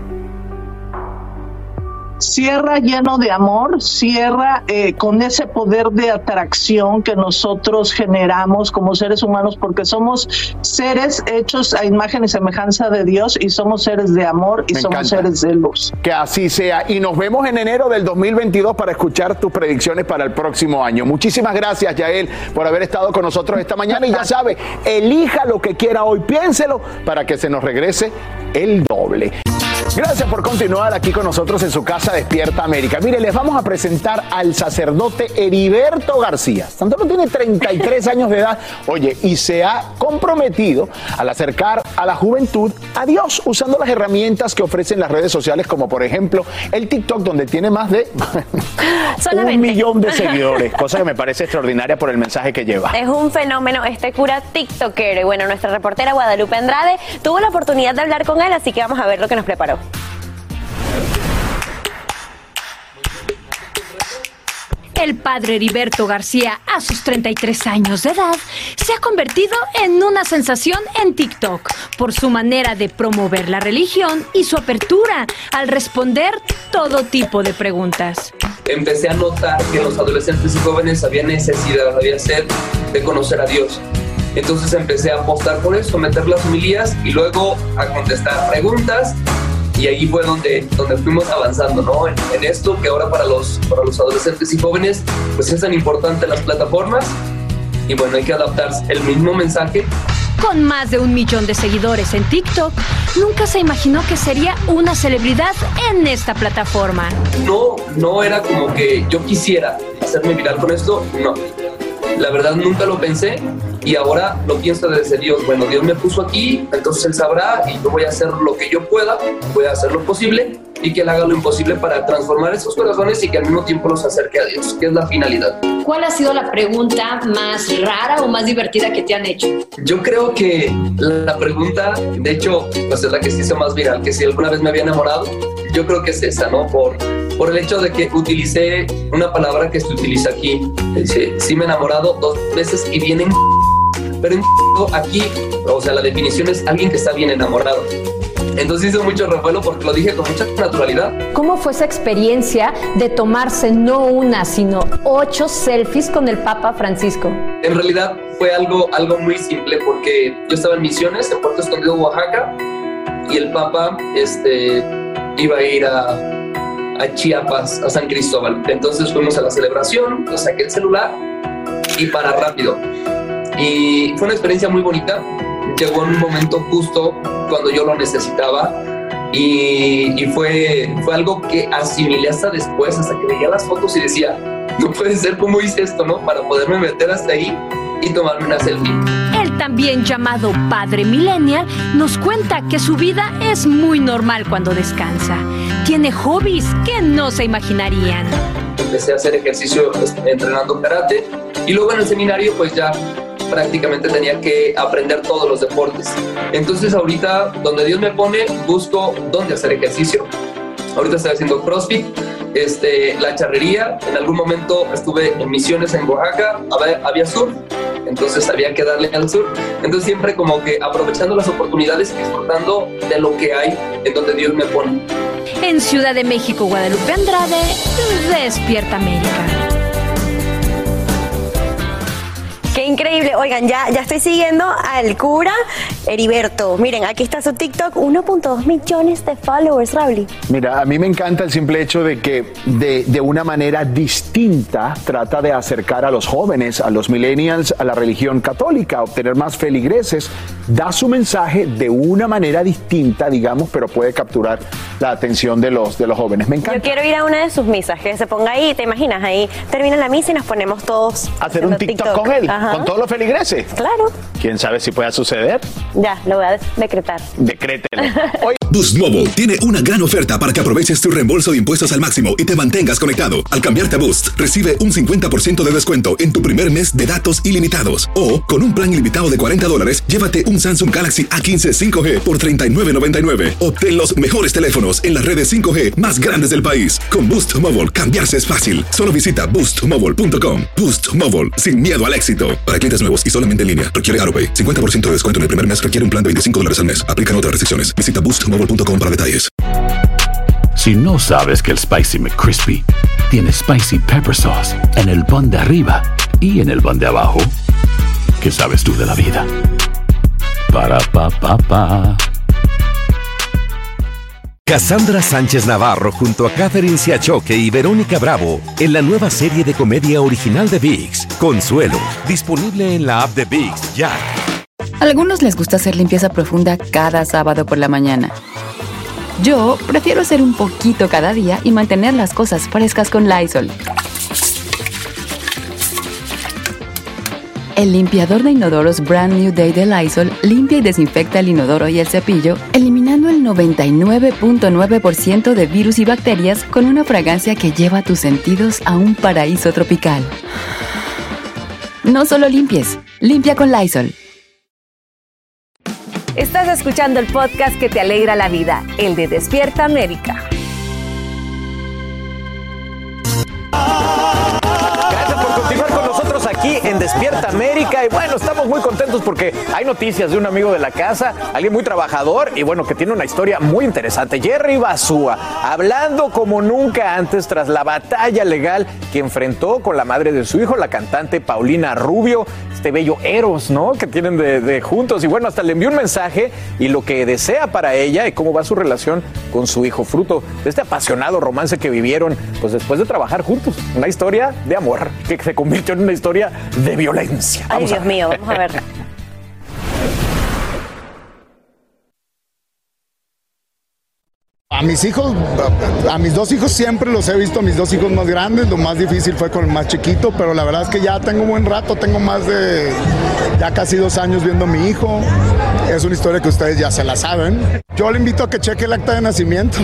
Cierra lleno de amor, cierra eh, con ese poder de atracción que nosotros generamos como seres humanos, porque somos seres hechos a imagen y semejanza de Dios y somos seres de amor y Me somos encanta. seres de luz. Que así sea. Y nos vemos en enero del dos mil veintidós para escuchar tus predicciones para el próximo año. Muchísimas gracias, Yael, por haber estado con nosotros esta mañana. Y ya sabe, elija lo que quiera hoy, piénselo para que se nos regrese el doble. Gracias por continuar aquí con nosotros en su casa Despierta América. Mire, les vamos a presentar al sacerdote Heriberto García. Tan solo tiene treinta y tres años de edad, oye, y se ha comprometido al acercar a la juventud a Dios usando las herramientas que ofrecen las redes sociales, como por ejemplo el TikTok, donde tiene más de un millón de seguidores, cosa que me parece extraordinaria por el mensaje que lleva. Es un fenómeno este cura tiktokero. Y bueno, nuestra reportera Guadalupe Andrade tuvo la oportunidad de hablar con él, así que vamos a ver lo que nos preparó. El padre Heriberto García, a sus treinta y tres años de edad, se ha convertido en una sensación en TikTok por su manera de promover la religión y su apertura al responder todo tipo de preguntas. Empecé a notar que los adolescentes y jóvenes había necesidad, había sed de conocer a Dios. Entonces empecé a apostar por eso, meter las homilías y luego a contestar preguntas. Y ahí fue donde, donde fuimos avanzando, ¿no? En, en esto que ahora para los, para los adolescentes y jóvenes, pues es tan importante las plataformas. Y bueno, hay que adaptarse. El mismo mensaje. Con más de un millón de seguidores en TikTok, nunca se imaginó que sería una celebridad en esta plataforma. No, no era como que yo quisiera hacerme viral con esto, no. La verdad nunca lo pensé y ahora lo pienso desde Dios. Bueno, Dios me puso aquí, entonces Él sabrá y yo voy a hacer lo que yo pueda, voy a hacer lo posible y que Él haga lo imposible para transformar esos corazones y que al mismo tiempo los acerque a Dios, que es la finalidad. ¿Cuál ha sido la pregunta más rara o más divertida que te han hecho? Yo creo que la pregunta, de hecho, pues es la que se hizo más viral, que si alguna vez me había enamorado, yo creo que es esa, ¿no? Por, por el hecho de que utilicé una palabra que se utiliza aquí. Dice, sí me he enamorado dos veces y viene en... Pero en aquí, o sea, la definición es alguien que está bien enamorado. Entonces hizo mucho revuelo porque lo dije con mucha naturalidad. ¿Cómo fue esa experiencia de tomarse no una, sino ocho selfies con el Papa Francisco? En realidad fue algo, algo muy simple porque yo estaba en misiones en Puerto Escondido, Oaxaca, y el Papa este, iba a ir a, a Chiapas, a San Cristóbal. Entonces fuimos a la celebración, yo saqué el celular y para rápido. Y fue una experiencia muy bonita. Llegó en un momento justo cuando yo lo necesitaba y, y fue, fue algo que asimilé hasta después, hasta que veía las fotos y decía, no puede ser, ¿cómo hice esto, no? Para poderme meter hasta ahí y tomarme una selfie. El también llamado Padre Millennial nos cuenta que su vida es muy normal cuando descansa. Tiene hobbies que no se imaginarían. Empecé a hacer ejercicio entrenando karate y luego en el seminario pues ya prácticamente tenía que aprender todos los deportes. Entonces ahorita donde Dios me pone busco dónde hacer ejercicio. Ahorita estoy haciendo CrossFit, este, la charrería. En algún momento estuve en misiones en Oaxaca, había, había surf, entonces había que darle al surf. Entonces siempre como que aprovechando las oportunidades y disfrutando de lo que hay en donde Dios me pone. En Ciudad de México, Guadalupe Andrade, Despierta América. Qué Increíble. Oigan, ya, ya estoy siguiendo al cura Heriberto. Miren, aquí está su TikTok, uno punto dos millones de followers, Raúl. Mira, a mí me encanta el simple hecho de que de, de una manera distinta trata de acercar a los jóvenes, a los millennials, a la religión católica, obtener más feligreses. Da su mensaje de una manera distinta, digamos, pero puede capturar la atención de los, de los jóvenes. Me encanta. Yo quiero ir a una de sus misas, que se ponga ahí, ¿te imaginas? Ahí termina la misa y nos ponemos todos hacer un TikTok, TikTok con él, Ajá. con todos los feligreses. Claro. ¿Quién sabe si pueda suceder? Ya, lo voy a decretar. Decrételo. Hoy Boost Mobile tiene una gran oferta para que aproveches tu reembolso de impuestos al máximo y te mantengas conectado. Al cambiarte a Boost, recibe un cincuenta por ciento de descuento en tu primer mes de datos ilimitados. O, con un plan ilimitado de cuarenta dólares, llévate un Samsung Galaxy A quince cinco G por treinta y nueve noventa y nueve. Obtén los mejores teléfonos en las redes cinco G más grandes del país. Con Boost Mobile, cambiarse es fácil. Solo visita boost mobile punto com. Boost Mobile, sin miedo al éxito. Para clientes nuevos y solamente en línea, requiere AutoPay. cincuenta por ciento de descuento en el primer mes requiere un plan de veinticinco dólares al mes. Aplican otras restricciones. Visita boost mobile punto com para detalles. Si no sabes que el Spicy McCrispy tiene Spicy Pepper Sauce en el pan de arriba y en el pan de abajo, ¿qué sabes tú de la vida? Para, pa, pa, pa. Cassandra Sánchez Navarro junto a Catherine Siachoque y Verónica Bravo en la nueva serie de comedia original de ViX, Consuelo, disponible en la app de ViX ya. A algunos les gusta hacer limpieza profunda cada sábado por la mañana. Yo prefiero hacer un poquito cada día y mantener las cosas frescas con Lysol. El limpiador de inodoros Brand New Day de Lysol limpia y desinfecta el inodoro y el cepillo, eliminando el noventa y nueve punto nueve por ciento de virus y bacterias con una fragancia que lleva tus sentidos a un paraíso tropical. No solo limpies, limpia con Lysol. Estás escuchando el podcast que te alegra la vida, el de Despierta América. Gracias por continuar con nosotros aquí en Despierta América. Y bueno, estamos muy contentos porque hay noticias de un amigo de la casa, alguien muy trabajador y bueno, que tiene una historia muy interesante. Jerry Bazúa, hablando como nunca antes tras la batalla legal que enfrentó con la madre de su hijo, la cantante Paulina Rubio. Este bello eros, ¿no? Que tienen de, de juntos. Y bueno, hasta le envió un mensaje y lo que desea para ella y cómo va su relación con su hijo, fruto de este apasionado romance que vivieron, pues después de trabajar juntos. Una historia de amor que se convirtió en una historia de violencia. Ay, Dios mío, vamos a ver. A mis hijos, a mis dos hijos siempre los he visto, a mis dos hijos más grandes, lo más difícil fue con el más chiquito, pero la verdad es que ya tengo un buen rato, tengo más de, ya casi dos años viendo a mi hijo, es una historia que ustedes ya se la saben. Yo le invito a que cheque el acta de nacimiento,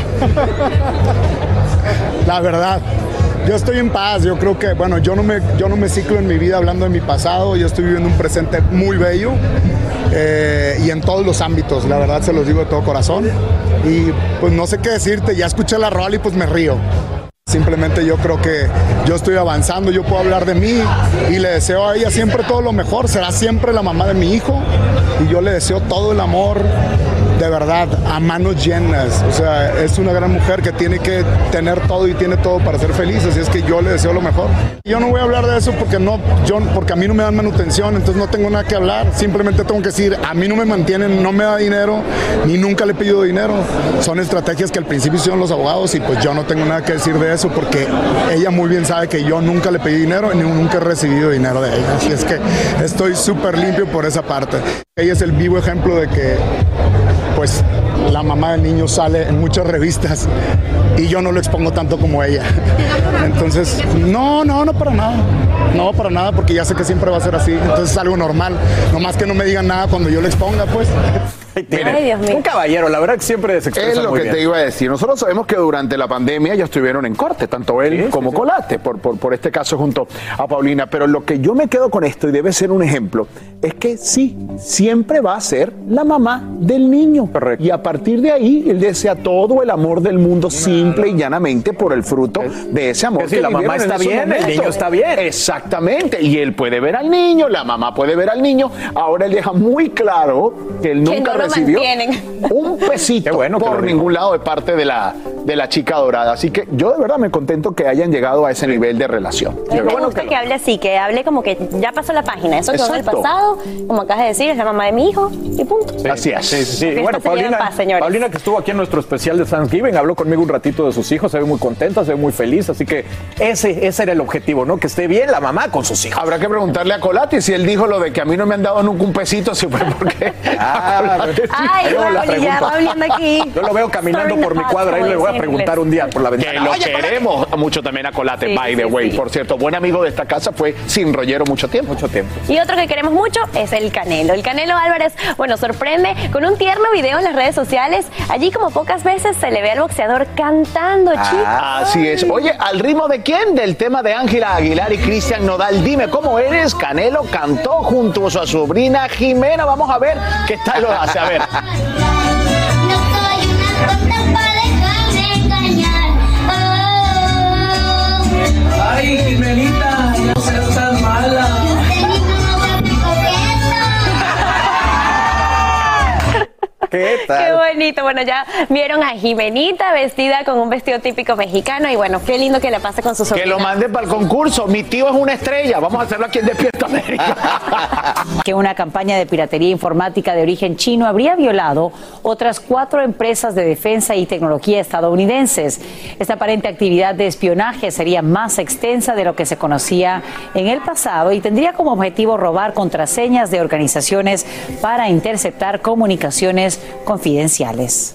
la verdad. Yo estoy en paz, yo creo que, bueno, yo no me, yo no me ciclo en mi vida hablando de mi pasado, yo estoy viviendo un presente muy bello eh, y en todos los ámbitos, la verdad se los digo de todo corazón. Y pues no sé qué decirte, ya escuché la rola y pues me río. Simplemente yo creo que yo estoy avanzando, yo puedo hablar de mí y le deseo a ella siempre todo lo mejor, será siempre la mamá de mi hijo y yo le deseo todo el amor. De verdad, a manos llenas, o sea, es una gran mujer que tiene que tener todo y tiene todo para ser feliz, así es que yo le deseo lo mejor. Yo no voy a hablar de eso porque no, yo, porque a mí no me dan manutención, entonces no tengo nada que hablar, simplemente tengo que decir, a mí no me mantienen, no me da dinero, ni nunca le he pedido dinero, son estrategias que al principio hicieron los abogados y pues yo no tengo nada que decir de eso porque ella muy bien sabe que yo nunca le pedí dinero ni nunca he recibido dinero de ella, así es que estoy súper limpio por esa parte. Ella es el vivo ejemplo de que pues la mamá del niño sale en muchas revistas y yo no lo expongo tanto como ella. Entonces, no, no, no para nada. No, para nada, porque ya sé que siempre va a ser así. Entonces es algo normal. Nomás que no me digan nada cuando yo lo exponga, pues. Miren, Ay, Dios mío. Un caballero, la verdad que siempre se expresa Es lo muy que bien. te iba a decir. Nosotros sabemos que durante la pandemia ya estuvieron en corte, tanto él sí, como sí, Colate, por, por, por este caso junto a Paulina. Pero lo que yo me quedo con esto, y debe ser un ejemplo, es que sí, siempre va a ser la mamá del niño. Correcto. Y a partir de ahí, él desea todo el amor del mundo simple y llanamente por el fruto es, de ese amor. Que si la mamá está bien, el niño está bien. Exactamente. Y él puede ver al niño, la mamá puede ver al niño. Ahora él deja muy claro que él nunca que no recibió mantienen. un pesito bueno por ningún lado de parte de la, de la chica dorada. Así que yo de verdad me contento que hayan llegado a ese nivel de relación. Me gusta que hable así, que hable como que ya pasó la página. Eso quedó en el Exacto. pasado, como acabas de decir, es la mamá de mi hijo y punto. Sí, Así es. Sí, sí, sí. Fiesta Bueno, se lleva en Paulina, paz, señores. Paulina, que estuvo aquí en nuestro especial de Thanksgiving, habló conmigo un ratito de sus hijos, se ve muy contenta, se ve muy feliz, así que ese, ese era el objetivo, ¿no? Que esté bien la mamá con sus hijos. Habrá que preguntarle a Colati si él dijo lo de que a mí no me han dado nunca un pesito, si fue porque... Ah, Ay, Raúl, ya Raúl anda aquí. Yo lo veo caminando por mi cuadra, ahí le voy a preguntar un día por la Que ventana. lo Oye, queremos mucho también a Colate, Sí, by sí, the way. sí. Por cierto, buen amigo de esta casa, fue sin rollero mucho tiempo. Mucho tiempo. Y otro que queremos mucho es el Canelo. El Canelo Álvarez, bueno, sorprende con un tierno video en las redes sociales. Allí, como pocas veces, se le ve al boxeador cantando, chicos. Así es. Oye, ¿al ritmo de quién? Del tema de Ángela Aguilar y Cristian Nodal. Dime cómo eres. Canelo cantó junto a su sobrina Jimena. Vamos a ver qué tal lo hace. A ver. Ay, Jimenita, no seas tan mala. ¿Qué tal? Qué bonito. Bueno, ya vieron a Jimenita vestida con un vestido típico mexicano y bueno, qué lindo que la pase con su sobrina. Que lo mande para el concurso. Mi tío es una estrella. Vamos a hacerlo aquí en Despierta América. Que una campaña de piratería informática de origen chino habría violado otras cuatro empresas de defensa y tecnología estadounidenses. Esta aparente actividad de espionaje sería más extensa de lo que se conocía en el pasado y tendría como objetivo robar contraseñas de organizaciones para interceptar comunicaciones confidenciales.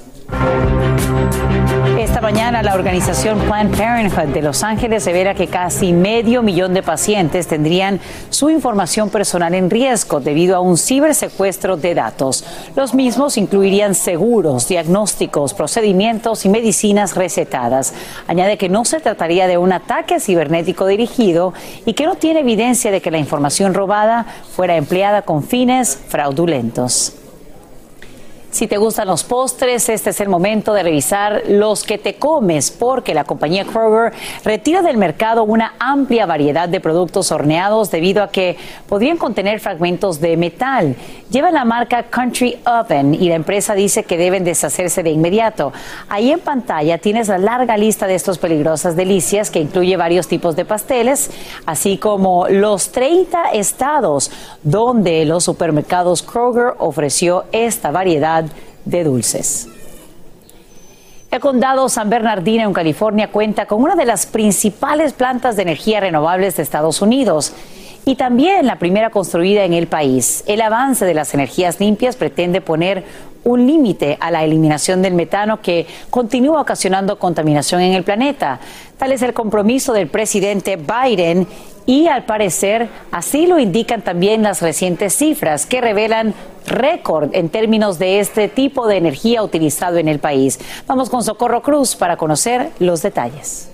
Esta mañana la organización Planned Parenthood de Los Ángeles revela que casi medio millón de pacientes tendrían su información personal en riesgo debido a un cibersecuestro de datos. Los mismos incluirían seguros, diagnósticos, procedimientos y medicinas recetadas. Añade que no se trataría de un ataque cibernético dirigido y que no tiene evidencia de que la información robada fuera empleada con fines fraudulentos. Si te gustan los postres, este es el momento de revisar los que te comes, porque la compañía Kroger retira del mercado una amplia variedad de productos horneados debido a que podrían contener fragmentos de metal. Lleva la marca Country Oven y la empresa dice que deben deshacerse de inmediato. Ahí en pantalla tienes la larga lista de estos peligrosas delicias que incluye varios tipos de pasteles, así como los treinta estados donde los supermercados Kroger ofreció esta variedad de dulces. El condado San Bernardino en California cuenta con una de las principales plantas de energía renovables de Estados Unidos y también la primera construida en el país. El avance de las energías limpias pretende poner un límite a la eliminación del metano que continúa ocasionando contaminación en el planeta. Tal es el compromiso del presidente Biden y al parecer así lo indican también las recientes cifras que revelan récord en términos de este tipo de energía utilizado en el país. Vamos con Socorro Cruz para conocer los detalles.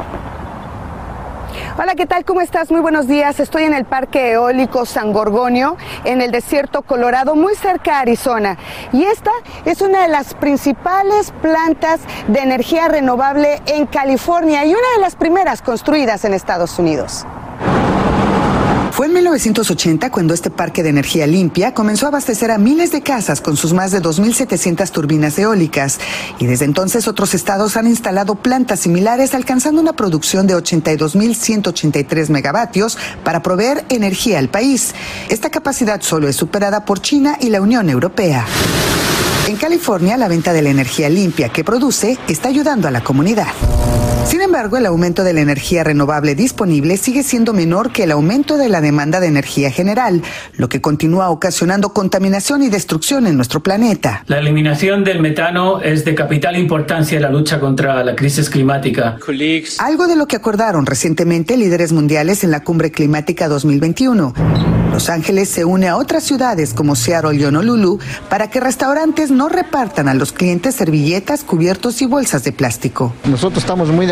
Hola, ¿qué tal? ¿Cómo estás? Muy buenos días. Estoy en el Parque Eólico San Gorgonio, en el desierto Colorado, muy cerca a Arizona. Y esta es una de las principales plantas de energía renovable en California y una de las primeras construidas en Estados Unidos. Fue en mil novecientos ochenta cuando este parque de energía limpia comenzó a abastecer a miles de casas con sus más de dos mil setecientas turbinas eólicas. Y desde entonces otros estados han instalado plantas similares, alcanzando una producción de ochenta y dos mil ciento ochenta y tres megavatios para proveer energía al país. Esta capacidad solo es superada por China y la Unión Europea. En California, la venta de la energía limpia que produce está ayudando a la comunidad. Sin embargo, el aumento de la energía renovable disponible sigue siendo menor que el aumento de la demanda de energía general, lo que continúa ocasionando contaminación y destrucción en nuestro planeta. La eliminación del metano es de capital importancia en la lucha contra la crisis climática. Algo de lo que acordaron recientemente líderes mundiales en la Cumbre Climática dos mil veintiuno. Los Ángeles se une a otras ciudades como Seattle y Honolulu para que restaurantes no repartan a los clientes servilletas, cubiertos y bolsas de plástico. Nosotros estamos muy de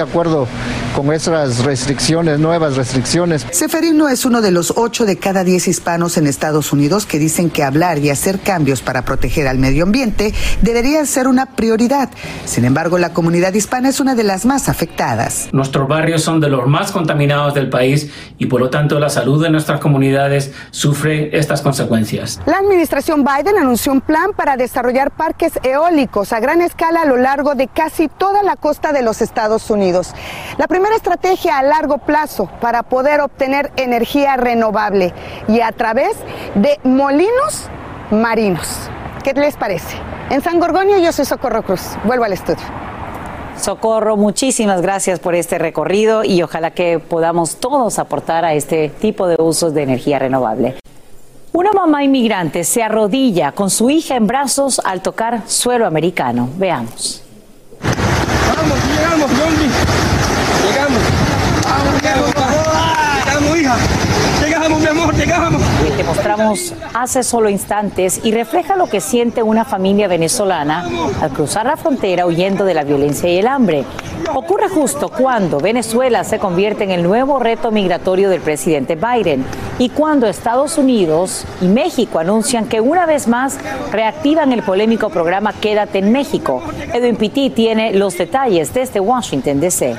acuerdo con esas restricciones, nuevas restricciones. Seferino es uno de los ocho de cada diez hispanos en Estados Unidos que dicen que hablar y hacer cambios para proteger al medio ambiente debería ser una prioridad. Sin embargo, la comunidad hispana es una de las más afectadas. Nuestros barrios son de los más contaminados del país y por lo tanto la salud de nuestras comunidades sufre estas consecuencias. La administración Biden anunció un plan para desarrollar parques eólicos a gran escala a lo largo de casi toda la costa de los Estados Unidos. La primera estrategia a largo plazo para poder obtener energía renovable y a través de molinos marinos. ¿Qué les parece? En San Gorgonio, yo soy Socorro Cruz. Vuelvo al estudio. Socorro, muchísimas gracias por este recorrido y ojalá que podamos todos aportar a este tipo de usos de energía renovable. Una mamá inmigrante se arrodilla con su hija en brazos al tocar suelo americano. Veamos. Vamos, llegamos, Yondi. Llegamos. Vamos, llegamos, llegamos, hija. Llegamos, mi amor, llegamos. Te mostramos hace solo instantes y refleja lo que siente una familia venezolana al cruzar la frontera huyendo de la violencia y el hambre. Ocurre justo cuando Venezuela se convierte en el nuevo reto migratorio del presidente Biden y cuando Estados Unidos y México anuncian que una vez más reactivan el polémico programa Quédate en México. Edwin Pitti tiene los detalles desde Washington, D C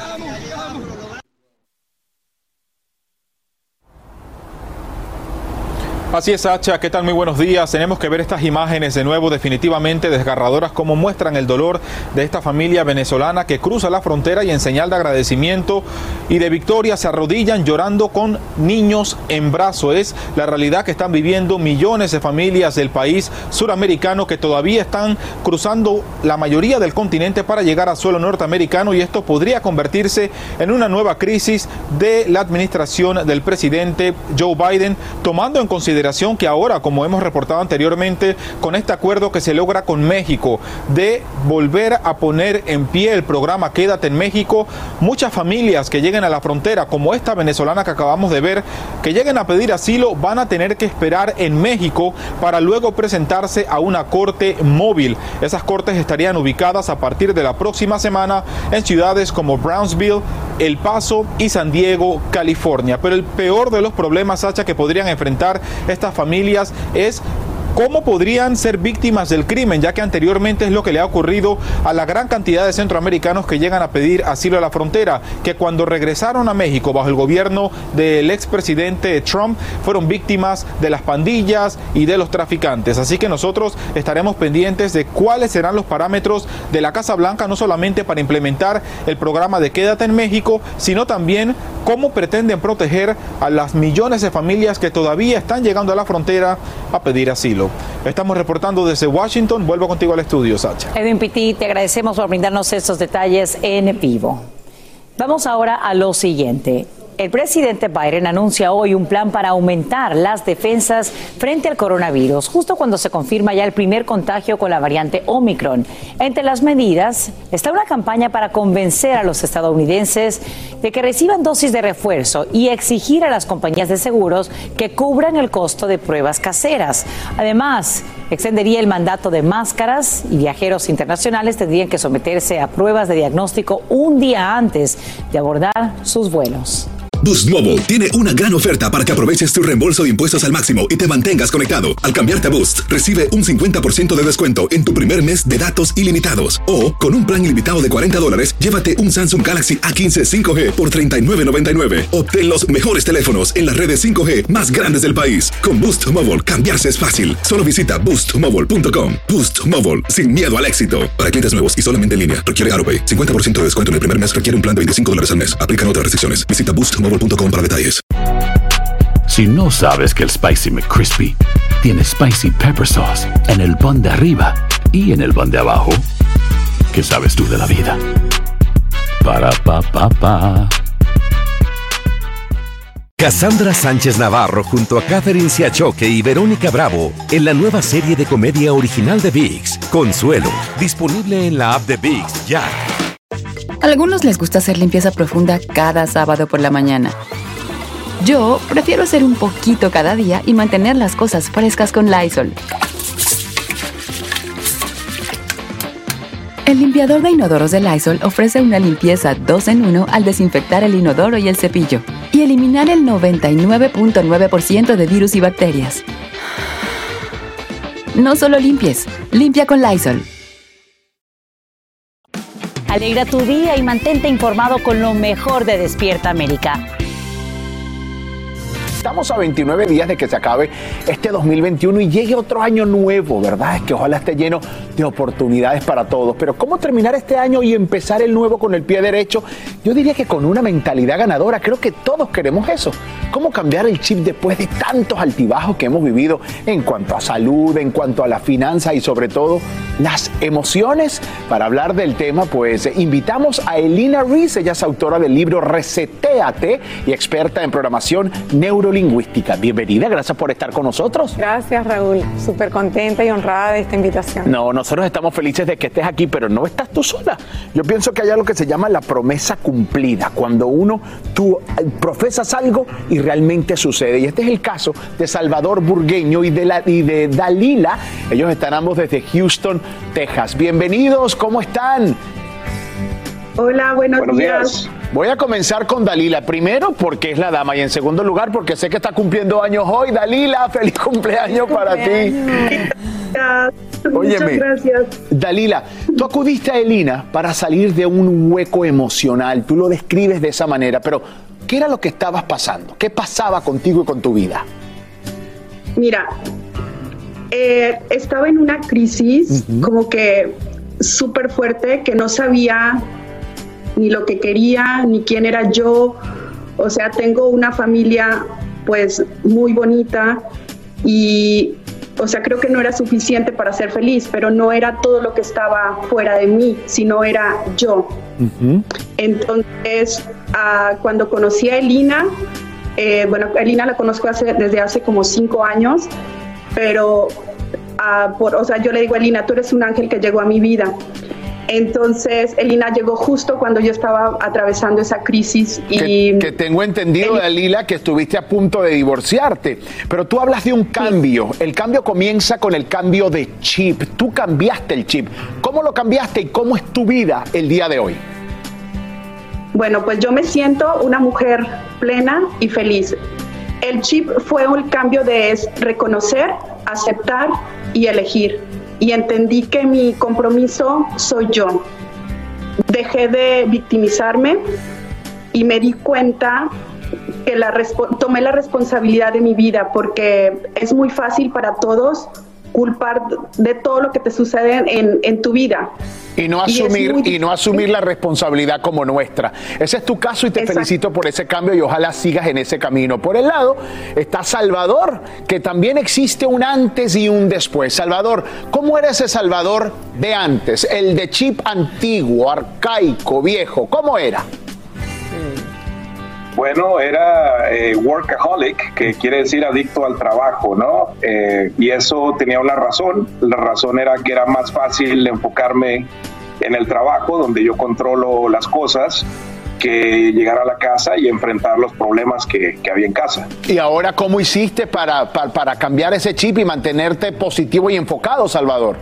Así es, Sacha, ¿qué tal? Muy buenos días. Tenemos que ver estas imágenes de nuevo, definitivamente desgarradoras, como muestran el dolor de esta familia venezolana que cruza la frontera y en señal de agradecimiento y de victoria se arrodillan llorando con niños en brazos. Es la realidad que están viviendo millones de familias del país suramericano que todavía están cruzando la mayoría del continente para llegar a suelo norteamericano, y esto podría convertirse en una nueva crisis de la administración del presidente Joe Biden, tomando en consideración que ahora, como hemos reportado anteriormente, con este acuerdo que se logra con México de volver a poner en pie el programa Quédate en México, muchas familias que lleguen a la frontera, como esta venezolana que acabamos de ver, que lleguen a pedir asilo, van a tener que esperar en México para luego presentarse a una corte móvil. Esas cortes estarían ubicadas a partir de la próxima semana en ciudades como Brownsville, El Paso y San Diego, California. Pero el peor de los problemas, Sacha, que podrían enfrentar estas familias es cómo podrían ser víctimas del crimen, ya que anteriormente es lo que le ha ocurrido a la gran cantidad de centroamericanos que llegan a pedir asilo a la frontera, que cuando regresaron a México bajo el gobierno del expresidente Trump fueron víctimas de las pandillas y de los traficantes. Así que nosotros estaremos pendientes de cuáles serán los parámetros de la Casa Blanca, no solamente para implementar el programa de Quédate en México, sino también cómo pretenden proteger a las millones de familias que todavía están llegando a la frontera a pedir asilo. Estamos reportando desde Washington. Vuelvo contigo al estudio, Sacha. Edwin Pitti, te agradecemos por brindarnos estos detalles en vivo. Vamos ahora a lo siguiente. El presidente Biden anuncia hoy un plan para aumentar las defensas frente al coronavirus, justo cuando se confirma ya el primer contagio con la variante Omicron. Entre las medidas está una campaña para convencer a los estadounidenses de que reciban dosis de refuerzo y exigir a las compañías de seguros que cubran el costo de pruebas caseras. Además, extendería el mandato de máscaras y viajeros internacionales tendrían que someterse a pruebas de diagnóstico un día antes de abordar sus vuelos. Boost Mobile tiene una gran oferta para que aproveches tu reembolso de impuestos al máximo y te mantengas conectado. Al cambiarte a Boost, recibe un cincuenta por ciento de descuento en tu primer mes de datos ilimitados. O, con un plan ilimitado de cuarenta dólares, llévate un Samsung Galaxy A quince cinco G por treinta y nueve noventa y nueve. Obtén los mejores teléfonos en las redes cinco G más grandes del país. Con Boost Mobile, cambiarse es fácil. Solo visita boost mobile punto com. Boost Mobile, sin miedo al éxito. Para clientes nuevos y solamente en línea, requiere AutoPay. cincuenta por ciento de descuento en el primer mes, requiere un plan de veinticinco dólares al mes. Aplican otras restricciones. Visita boost mobile punto com para detalles. Si no sabes que el Spicy McCrispy tiene Spicy Pepper Sauce en el pan de arriba y en el pan de abajo, ¿qué sabes tú de la vida? Para, pa, pa, pa. Cassandra Sánchez Navarro junto a Catherine Siachoque y Verónica Bravo en la nueva serie de comedia original de ViX, Consuelo, disponible en la app de ViX ya. A algunos les gusta hacer limpieza profunda cada sábado por la mañana. Yo prefiero hacer un poquito cada día y mantener las cosas frescas con Lysol. El limpiador de inodoros de Lysol ofrece una limpieza dos en uno al desinfectar el inodoro y el cepillo y eliminar el noventa y nueve punto nueve por ciento de virus y bacterias. No solo limpies, limpia con Lysol. Alegra tu día y mantente informado con lo mejor de Despierta América. Estamos a veintinueve días de que se acabe este dos mil veintiuno y llegue otro año nuevo, ¿verdad? Es que ojalá esté lleno de oportunidades para todos. Pero ¿cómo terminar este año y empezar el nuevo con el pie derecho? Yo diría que con una mentalidad ganadora. Creo que todos queremos eso. ¿Cómo cambiar el chip después de tantos altibajos que hemos vivido en cuanto a salud, en cuanto a la finanza y sobre todo las emociones? Para hablar del tema, pues invitamos a Elina Reese. Ella es autora del libro Resetéate y experta en programación neurolingüística. Bienvenida, gracias por estar con nosotros. Gracias, Raúl. Súper contenta y honrada de esta invitación. No, nosotros estamos felices de que estés aquí, pero no estás tú sola. Yo pienso que hay algo que se llama la promesa cumplida, cuando uno, tú profesas algo y realmente sucede. Y este es el caso de Salvador Burgueño y de, la, y de Dalila. Ellos están ambos desde Houston, Texas. Bienvenidos, ¿cómo están? Hola, buenos, buenos días. días. Voy a comenzar con Dalila, primero porque es la dama y en segundo lugar porque sé que está cumpliendo años hoy. Dalila, feliz cumpleaños, feliz cumpleaños para ti. Óyeme, muchas gracias. Dalila, tú acudiste a Elina para salir de un hueco emocional, tú lo describes de esa manera, pero ¿qué era lo que estabas pasando? ¿Qué pasaba contigo y con tu vida? Mira, eh, estaba en una crisis uh-huh. como que súper fuerte, que no sabía ni lo que quería, ni quién era yo. O sea, tengo una familia pues muy bonita y, o sea, creo que no era suficiente para ser feliz, pero no era todo lo que estaba fuera de mí, sino era yo. Uh-huh. Entonces, uh, cuando conocí a Elina, eh, bueno, Elina la conozco hace, desde hace como cinco años, pero, uh, por, o sea, yo le digo a Elina, tú eres un ángel que llegó a mi vida. Entonces, Elina llegó justo cuando yo estaba atravesando esa crisis. Y que, que tengo entendido, el... Dalila, que estuviste a punto de divorciarte, pero tú hablas de un cambio. Sí. El cambio comienza con el cambio de chip. Tú cambiaste el chip. ¿Cómo lo cambiaste y cómo es tu vida el día de hoy? Bueno, pues yo me siento una mujer plena y feliz. El chip fue un cambio de reconocer, aceptar y elegir. Y entendí que mi compromiso soy yo. Dejé de victimizarme y me di cuenta que la tomé la responsabilidad de mi vida, porque es muy fácil para todos culpar de todo lo que te sucede en, en tu vida. Y no asumir, y, y no asumir la responsabilidad como nuestra. Ese es tu caso y te Exacto. felicito por ese cambio y ojalá sigas en ese camino. Por el lado está Salvador, que también existe un antes y un después. Salvador, ¿cómo era ese Salvador de antes? El de chip antiguo, arcaico, viejo, ¿cómo era? Bueno, era eh, workaholic, que quiere decir adicto al trabajo, ¿no? Eh, y eso tenía una razón. La razón era que era más fácil enfocarme en el trabajo, donde yo controlo las cosas, que llegar a la casa y enfrentar los problemas que, que había en casa. ¿Y ahora cómo hiciste para, para, para cambiar ese chip y mantenerte positivo y enfocado, Salvador?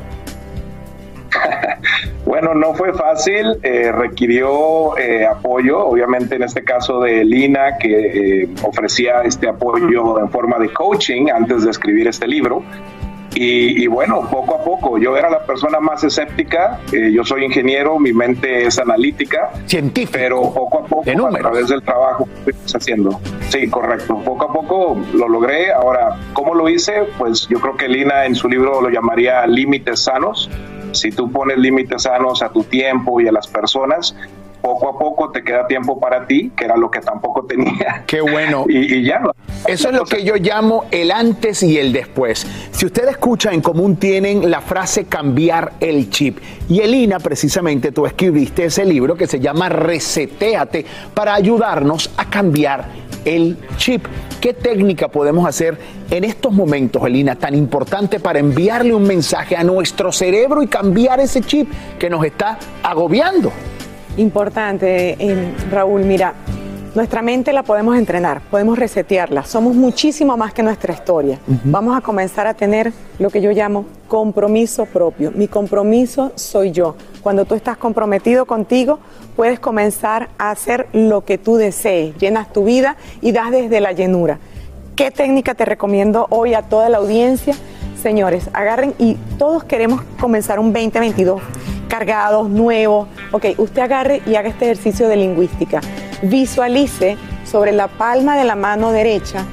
Bueno, no fue fácil, eh, requirió eh, apoyo, obviamente en este caso de Lina, que eh, ofrecía este apoyo en forma de coaching antes de escribir este libro. Y, y bueno, poco a poco, yo era la persona más escéptica, eh, yo soy ingeniero, mi mente es analítica, científico, pero poco a poco, a través del trabajo que estoy haciendo. Sí, correcto, poco a poco lo logré. Ahora, ¿cómo lo hice? Pues yo creo que Lina en su libro lo llamaría límites sanos. Si tú pones límites sanos a tu tiempo y a las personas, poco a poco te queda tiempo para ti, que era lo que tampoco tenía. Qué bueno. Y, y ya no. Eso es lo que yo llamo el antes y el después. Si usted escucha, en común tienen la frase cambiar el chip. Y Elina, precisamente tú escribiste ese libro que se llama Resetéate para ayudarnos a cambiar el chip. ¿Qué técnica podemos hacer en estos momentos, Elina, tan importante para enviarle un mensaje a nuestro cerebro y cambiar ese chip que nos está agobiando? Importante, eh, Raúl, mira, Nuestra mente la podemos entrenar, podemos resetearla. Somos muchísimo más que nuestra historia. Uh-huh. Vamos a comenzar a tener lo que yo llamo compromiso propio. Mi compromiso soy yo. Cuando tú estás comprometido contigo, puedes comenzar a hacer lo que tú desees. Llenas tu vida y das desde la llenura. ¿Qué técnica te recomiendo hoy a toda la audiencia? Señores, agarren y todos queremos comenzar un veinte veintidós cargados, nuevos. Ok, usted agarre y haga este ejercicio de lingüística. Visualice sobre la palma de la mano derecha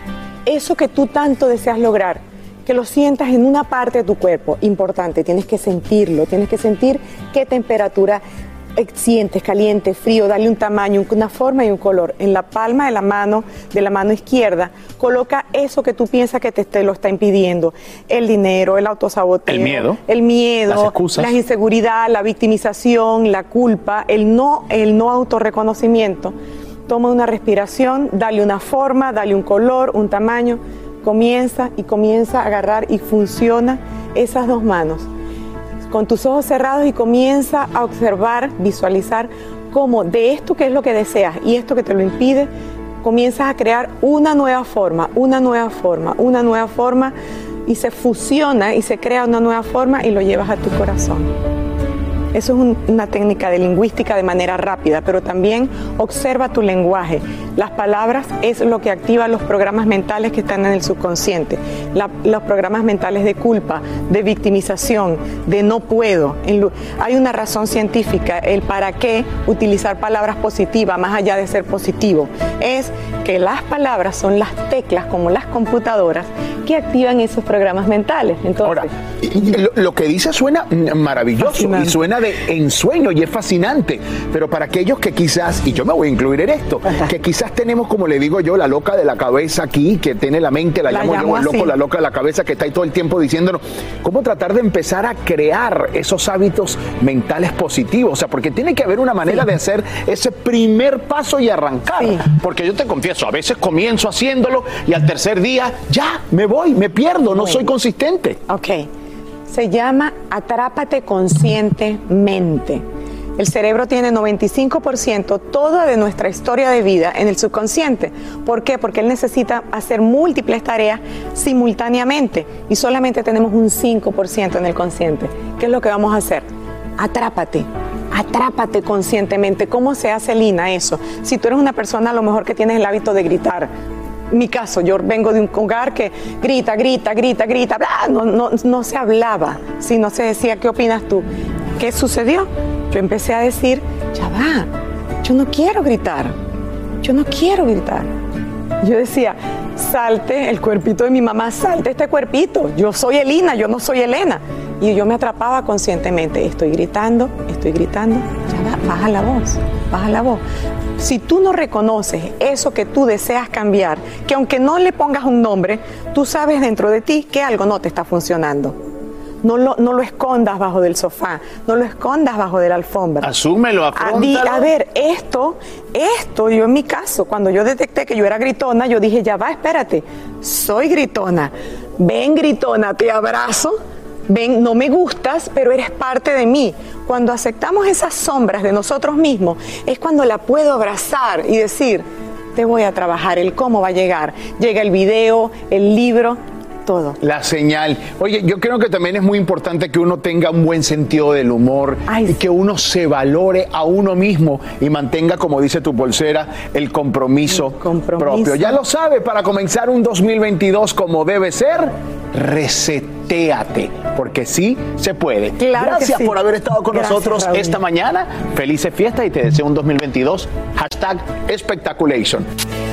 eso que tú tanto deseas lograr, que lo sientas en una parte de tu cuerpo. Importante, tienes que sentirlo, tienes que sentir qué temperatura sientes, caliente, frío, darle un tamaño, una forma y un color. En la palma de la mano, de la mano izquierda, coloca eso que tú piensas que te, te lo está impidiendo. El dinero, el autosaboteo. El miedo. El miedo, las excusas, la inseguridad, la victimización, la culpa, el no, el no autorreconocimiento. Toma una respiración, dale una forma, dale un color, un tamaño. Comienza y comienza a agarrar y funciona esas dos manos. Con tus ojos cerrados y comienza a observar, visualizar cómo de esto que es lo que deseas y esto que te lo impide, comienzas a crear una nueva forma, una nueva forma, una nueva forma y se fusiona y se crea una nueva forma y lo llevas a tu corazón. Eso es un, una técnica de lingüística de manera rápida, pero también observa tu lenguaje. Las palabras es lo que activa los programas mentales que están en el subconsciente. La, los programas mentales de culpa, de victimización, de no puedo. En, hay una razón científica, el para qué utilizar palabras positivas más allá de ser positivo. Es que las palabras son las teclas, como las computadoras, que activan esos programas mentales. Entonces, ahora, lo, lo que dice suena maravilloso fascinante. Y suena de ensueño y es fascinante, pero para aquellos que quizás, y yo me voy a incluir en esto, ajá, que quizás tenemos, como le digo yo, la loca de la cabeza aquí, que tiene la mente, la, la llamo yo el loco, la loca de la cabeza, que está ahí todo el tiempo diciéndonos cómo tratar de empezar a crear esos hábitos mentales positivos, o sea, porque tiene que haber una manera sí. de hacer ese primer paso y arrancar, sí. porque yo te confieso, a veces comienzo haciéndolo y al tercer día ya me voy, me pierdo, no bueno. soy consistente. Ok. Se llama atrápate conscientemente. El cerebro tiene noventa y cinco por ciento toda de nuestra historia de vida en el subconsciente. ¿Por qué? Porque él necesita hacer múltiples tareas simultáneamente y solamente tenemos un cinco por ciento en el consciente. ¿Qué es lo que vamos a hacer? Atrápate. Atrápate conscientemente. ¿Cómo se hace, Lina, eso? Si tú eres una persona a lo mejor que tienes el hábito de gritar. Mi caso, yo vengo de un hogar que grita, grita, grita, grita, bla, no, no, no se hablaba, si no se decía, ¿qué opinas tú? ¿Qué sucedió? Yo empecé a decir, ya va, yo no quiero gritar, yo no quiero gritar. Yo decía, salte el cuerpito de mi mamá, salte este cuerpito, yo soy Elina, yo no soy Elena. Y yo me atrapaba conscientemente, estoy gritando, estoy gritando, ya va, baja la voz, baja la voz. Si tú no reconoces eso que tú deseas cambiar, que aunque no le pongas un nombre, tú sabes dentro de ti que algo no te está funcionando. No lo, no lo escondas bajo del sofá, no lo escondas bajo de la alfombra. Asúmelo, afróntalo. A, a ver, esto, esto, yo en mi caso, cuando yo detecté que yo era gritona, yo dije, ya va, espérate, soy gritona. Ven, gritona, te abrazo. Ven, no me gustas, pero eres parte de mí. Cuando aceptamos esas sombras de nosotros mismos, es cuando la puedo abrazar y decir, te voy a trabajar, el cómo va a llegar. Llega el video, el libro, todo. La señal. Oye, yo creo que también es muy importante que uno tenga un buen sentido del humor. Ay, y que uno se valore a uno mismo y mantenga, como dice tu pulsera, el compromiso, el compromiso propio. Ya lo sabe, para comenzar un dos mil veintidós como debe ser, resetéate, porque sí se puede. Claro. Gracias sí. por haber estado con Gracias, nosotros Raúl. Esta mañana. Felices fiestas y te deseo un dos mil veintidós. Hashtag Spectaculation.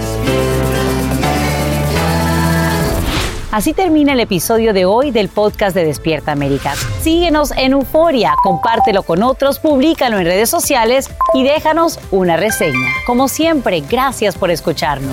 Así termina el episodio de hoy del podcast de Despierta América. Síguenos en Euforia, compártelo con otros, públicalo en redes sociales y déjanos una reseña. Como siempre, gracias por escucharnos.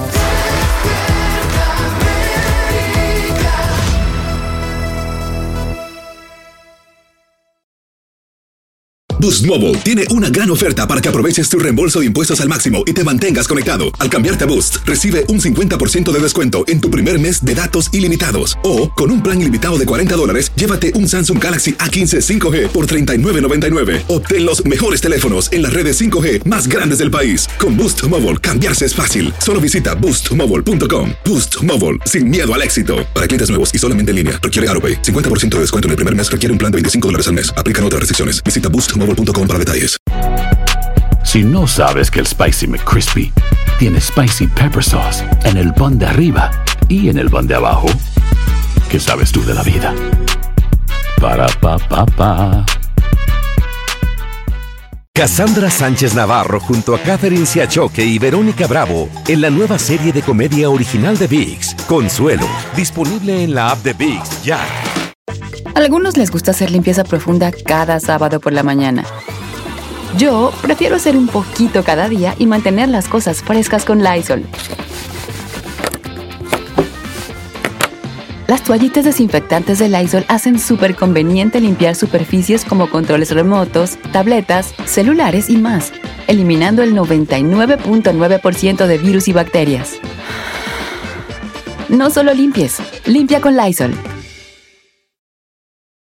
Boost Mobile tiene una gran oferta para que aproveches tu reembolso de impuestos al máximo y te mantengas conectado. Al cambiarte a Boost, recibe un cincuenta por ciento de descuento en tu primer mes de datos ilimitados. O, con un plan ilimitado de cuarenta dólares, llévate un Samsung Galaxy A quince cinco G por treinta y nueve noventa y nueve. Obtén los mejores teléfonos en las redes cinco G más grandes del país. Con Boost Mobile, cambiarse es fácil. Solo visita boost mobile punto com. Boost Mobile, sin miedo al éxito. Para clientes nuevos y solamente en línea, requiere AutoPay. cincuenta por ciento de descuento en el primer mes requiere un plan de veinticinco dólares al mes. Aplican otras restricciones. Visita boost mobile punto com para detalles. Si no sabes que el Spicy McCrispy tiene Spicy Pepper Sauce en el pan de arriba y en el pan de abajo, ¿qué sabes tú de la vida? Para, pa, pa, pa. Cassandra Sánchez Navarro junto a Catherine Siachoque y Verónica Bravo en la nueva serie de comedia original de ViX, Consuelo, disponible en la app de ViX ya. A algunos les gusta hacer limpieza profunda cada sábado por la mañana. Yo prefiero hacer un poquito cada día y mantener las cosas frescas con Lysol. Las toallitas desinfectantes de Lysol hacen súper conveniente limpiar superficies como controles remotos, tabletas, celulares y más, eliminando el noventa y nueve punto nueve por ciento de virus y bacterias. No solo limpies, limpia con Lysol.